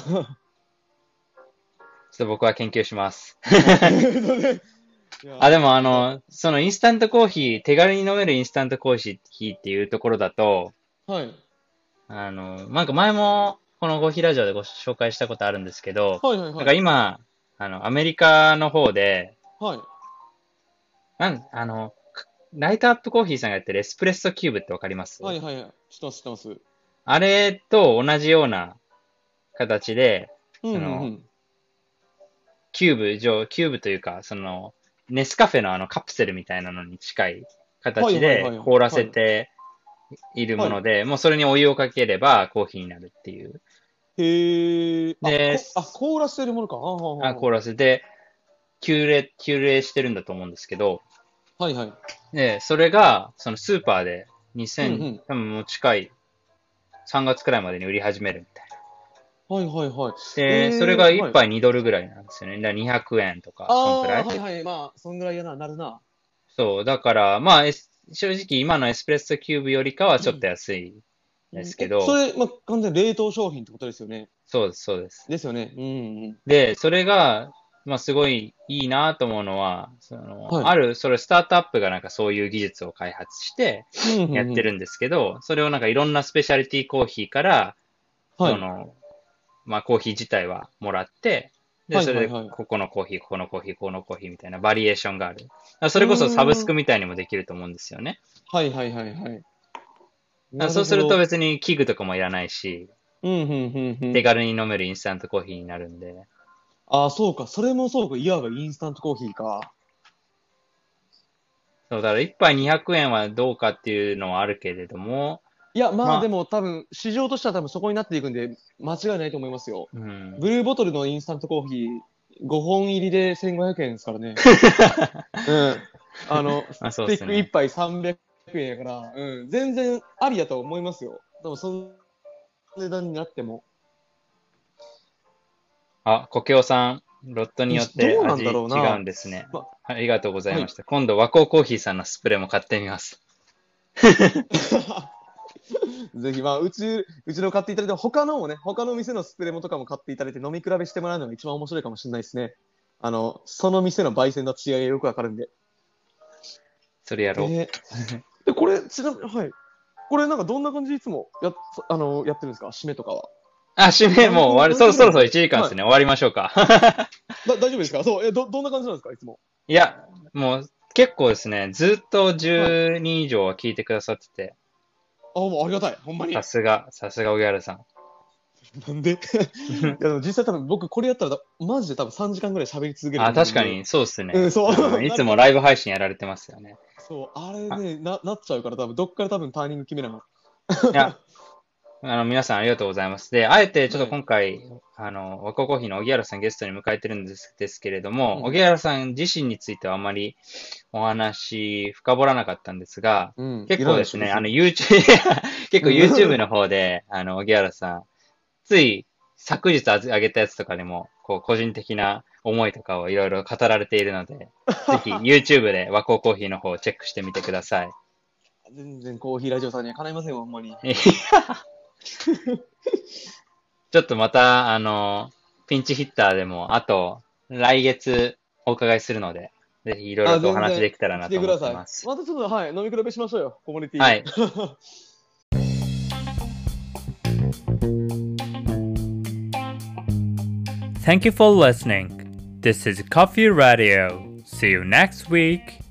ちょっと僕は研究します。 はい。それでいや、 あ、でもあまの、そのインスタントコーヒー、手軽に飲めるインスタントコーヒーっていうところだと、 あ、はい。 あの、なんか前もこのコーヒーラジオでご紹介したことあるんですけど、なんはいはいはい。 か今、あの、アメリカの方で、 はい。 なん、あの、ライトアップコーヒーさんがやってるエスプレッソキューブってわかります？ はいはいはい。知ってます知ってます。 あれと同じような形で、 うんその、 うんうん。 キューブ上、キューブというか、その、ネスカフェのあのカプセルみたいなのに近いはい形はいはいはい。 で凍らはい。 せているはい。 もので、もうそれにお湯をかければコーヒーになるっていう。 へえ。あ、 で、 こ、あ、凍らせてるものか。はあはあはあ、 あは凍らせて、急冷、急冷してるんだと思うんですけど、 あ。はいはい。 で、それが、そのスーパーでにせん、 うんうん。 多分もう近いさんがつくらいまでに売り始めるみたいな。 はいはいはい。 で、それえー、 が1 はい。 杯にドルぐらいなんですよね。だからにひゃくえんとか、そんくらあー、 い。 はいはい。まあ、そんぐらいやな、なるな。 そう、だから、まあ、エス正直今のエスプレッソキューブよりかはちょっと安いですけえ、そど、 れ、まあ、完全に冷凍商品ってことですよね。 そうです、そうです。 ですよね。うんうん。 で、それが、まあ、すごいいいなと思うのは、その、 はい。 ある、それスタートアップがなんかそういう技術を開発してうんうんうん。 やってるんですけど、それをなんかいろんなスペシャリティコーヒーから、 はい。 その、まあ、コーヒー自体はもらって、で、 はいそれで、 はいはい。 ここのコーヒー、ここのコーヒー、ここのコーヒーみたいなバリエーションがある。 それこそサブスクみたいにもできると思うんですよね。 はいはいはいはい。 そうすると別に器具とかもいらないし、 うんうんうんうん。 手軽に飲めるインスタントコーヒーになるんで。 ああ、そうか。それもそうか。いわばインスタントコーヒーか。 そう、だから一杯にひゃくえんはどうかっていうのはあるけれども、 いや、ままあ、 あでも多分、市場としては多分そこになっていくんで、間違いないと思いますよ。 うん。 ブルーボトルのインスタントコーヒー、ごほん入りでせんごひゃくえんですからね。うん。あの、 まあスティック1 そうですね。 杯さんびゃくえんやから、うん。全然ありやと思いますよ。でもその値段になっても。 あ、コケオさん、ロットによってどうなん味だろうな。 違うんですね。 ま、 ありがとうございはい。 ました。今度、和光コーヒーさんのスプレーも買ってみます。 ぜひ、まあ、うち、うちの買っていただいて、他のもね、他の店のスプレーもとかも買っていただいて、飲み比べしてもらうのが一番面白いかもしれないですね。あの、その店の焙煎の違いがよくわかるんで。 それやろう。 で、で、これ、ちなみに、はい。これ、なんかどんな感じでいつもやっ、あの、やってるんですか締めとかは。 あ、締めもう終わる。 何分、何そろそろそろ分ぐらいですかいちじかんですね。 はい。 終わりましょうか。 だ、大丈夫ですかそう、え、ど、どんな感じなんですかいつも。 いや、もう結構ですね、ずっとはい。 じゅうにん以上は聞いてくださってて、 あ、もうありがたい。ほんまに。 さすが、さすが荻原さん。 なんでいや、でも実際多分僕これやったらだ、マジで多分さんじかんぐらい喋り続けるとあ、 思うんで。 確かにそうですね。 うん、そあの、 う、 いなると、 つもライブ配信やられてますよね。 そう、あれあ、 ね、な、なっちゃうから多分、どっから多分ターニング決めながいや、あの、皆さんありがとうございます。で、あえてちょっとら。はい。 今回、あの、和光コーヒーの荻原さんゲストに迎えてるんです、ですけれども、 うん。 荻原さん自身についてはあまりお話深掘らなかったんですが、 うん。いらないでしょ、 結構ですね、あの、 別に。 YouTube、結構うん。 YouTube の方で、あの、荻原さん、つい昨日あげたやつとかでも、こう、個人的な思いとかをいろいろ語られているので、ぜひ YouTube で和光コーヒーの方をチェックしてみてください。 全然コーヒーラジオさんにはかないませんよ、ほんまに。 ちょっとまた、あの、ピンチヒッターでも、あと、来月お伺いするので、ぜひいろいろあ、 とお全然話できたら来なと思ってください。 てます。 またちょっと、はい、飲み比べしましょうよ、コミュニティで。 はい。 Thank you for listening. This is Coffee Radio. See you next week.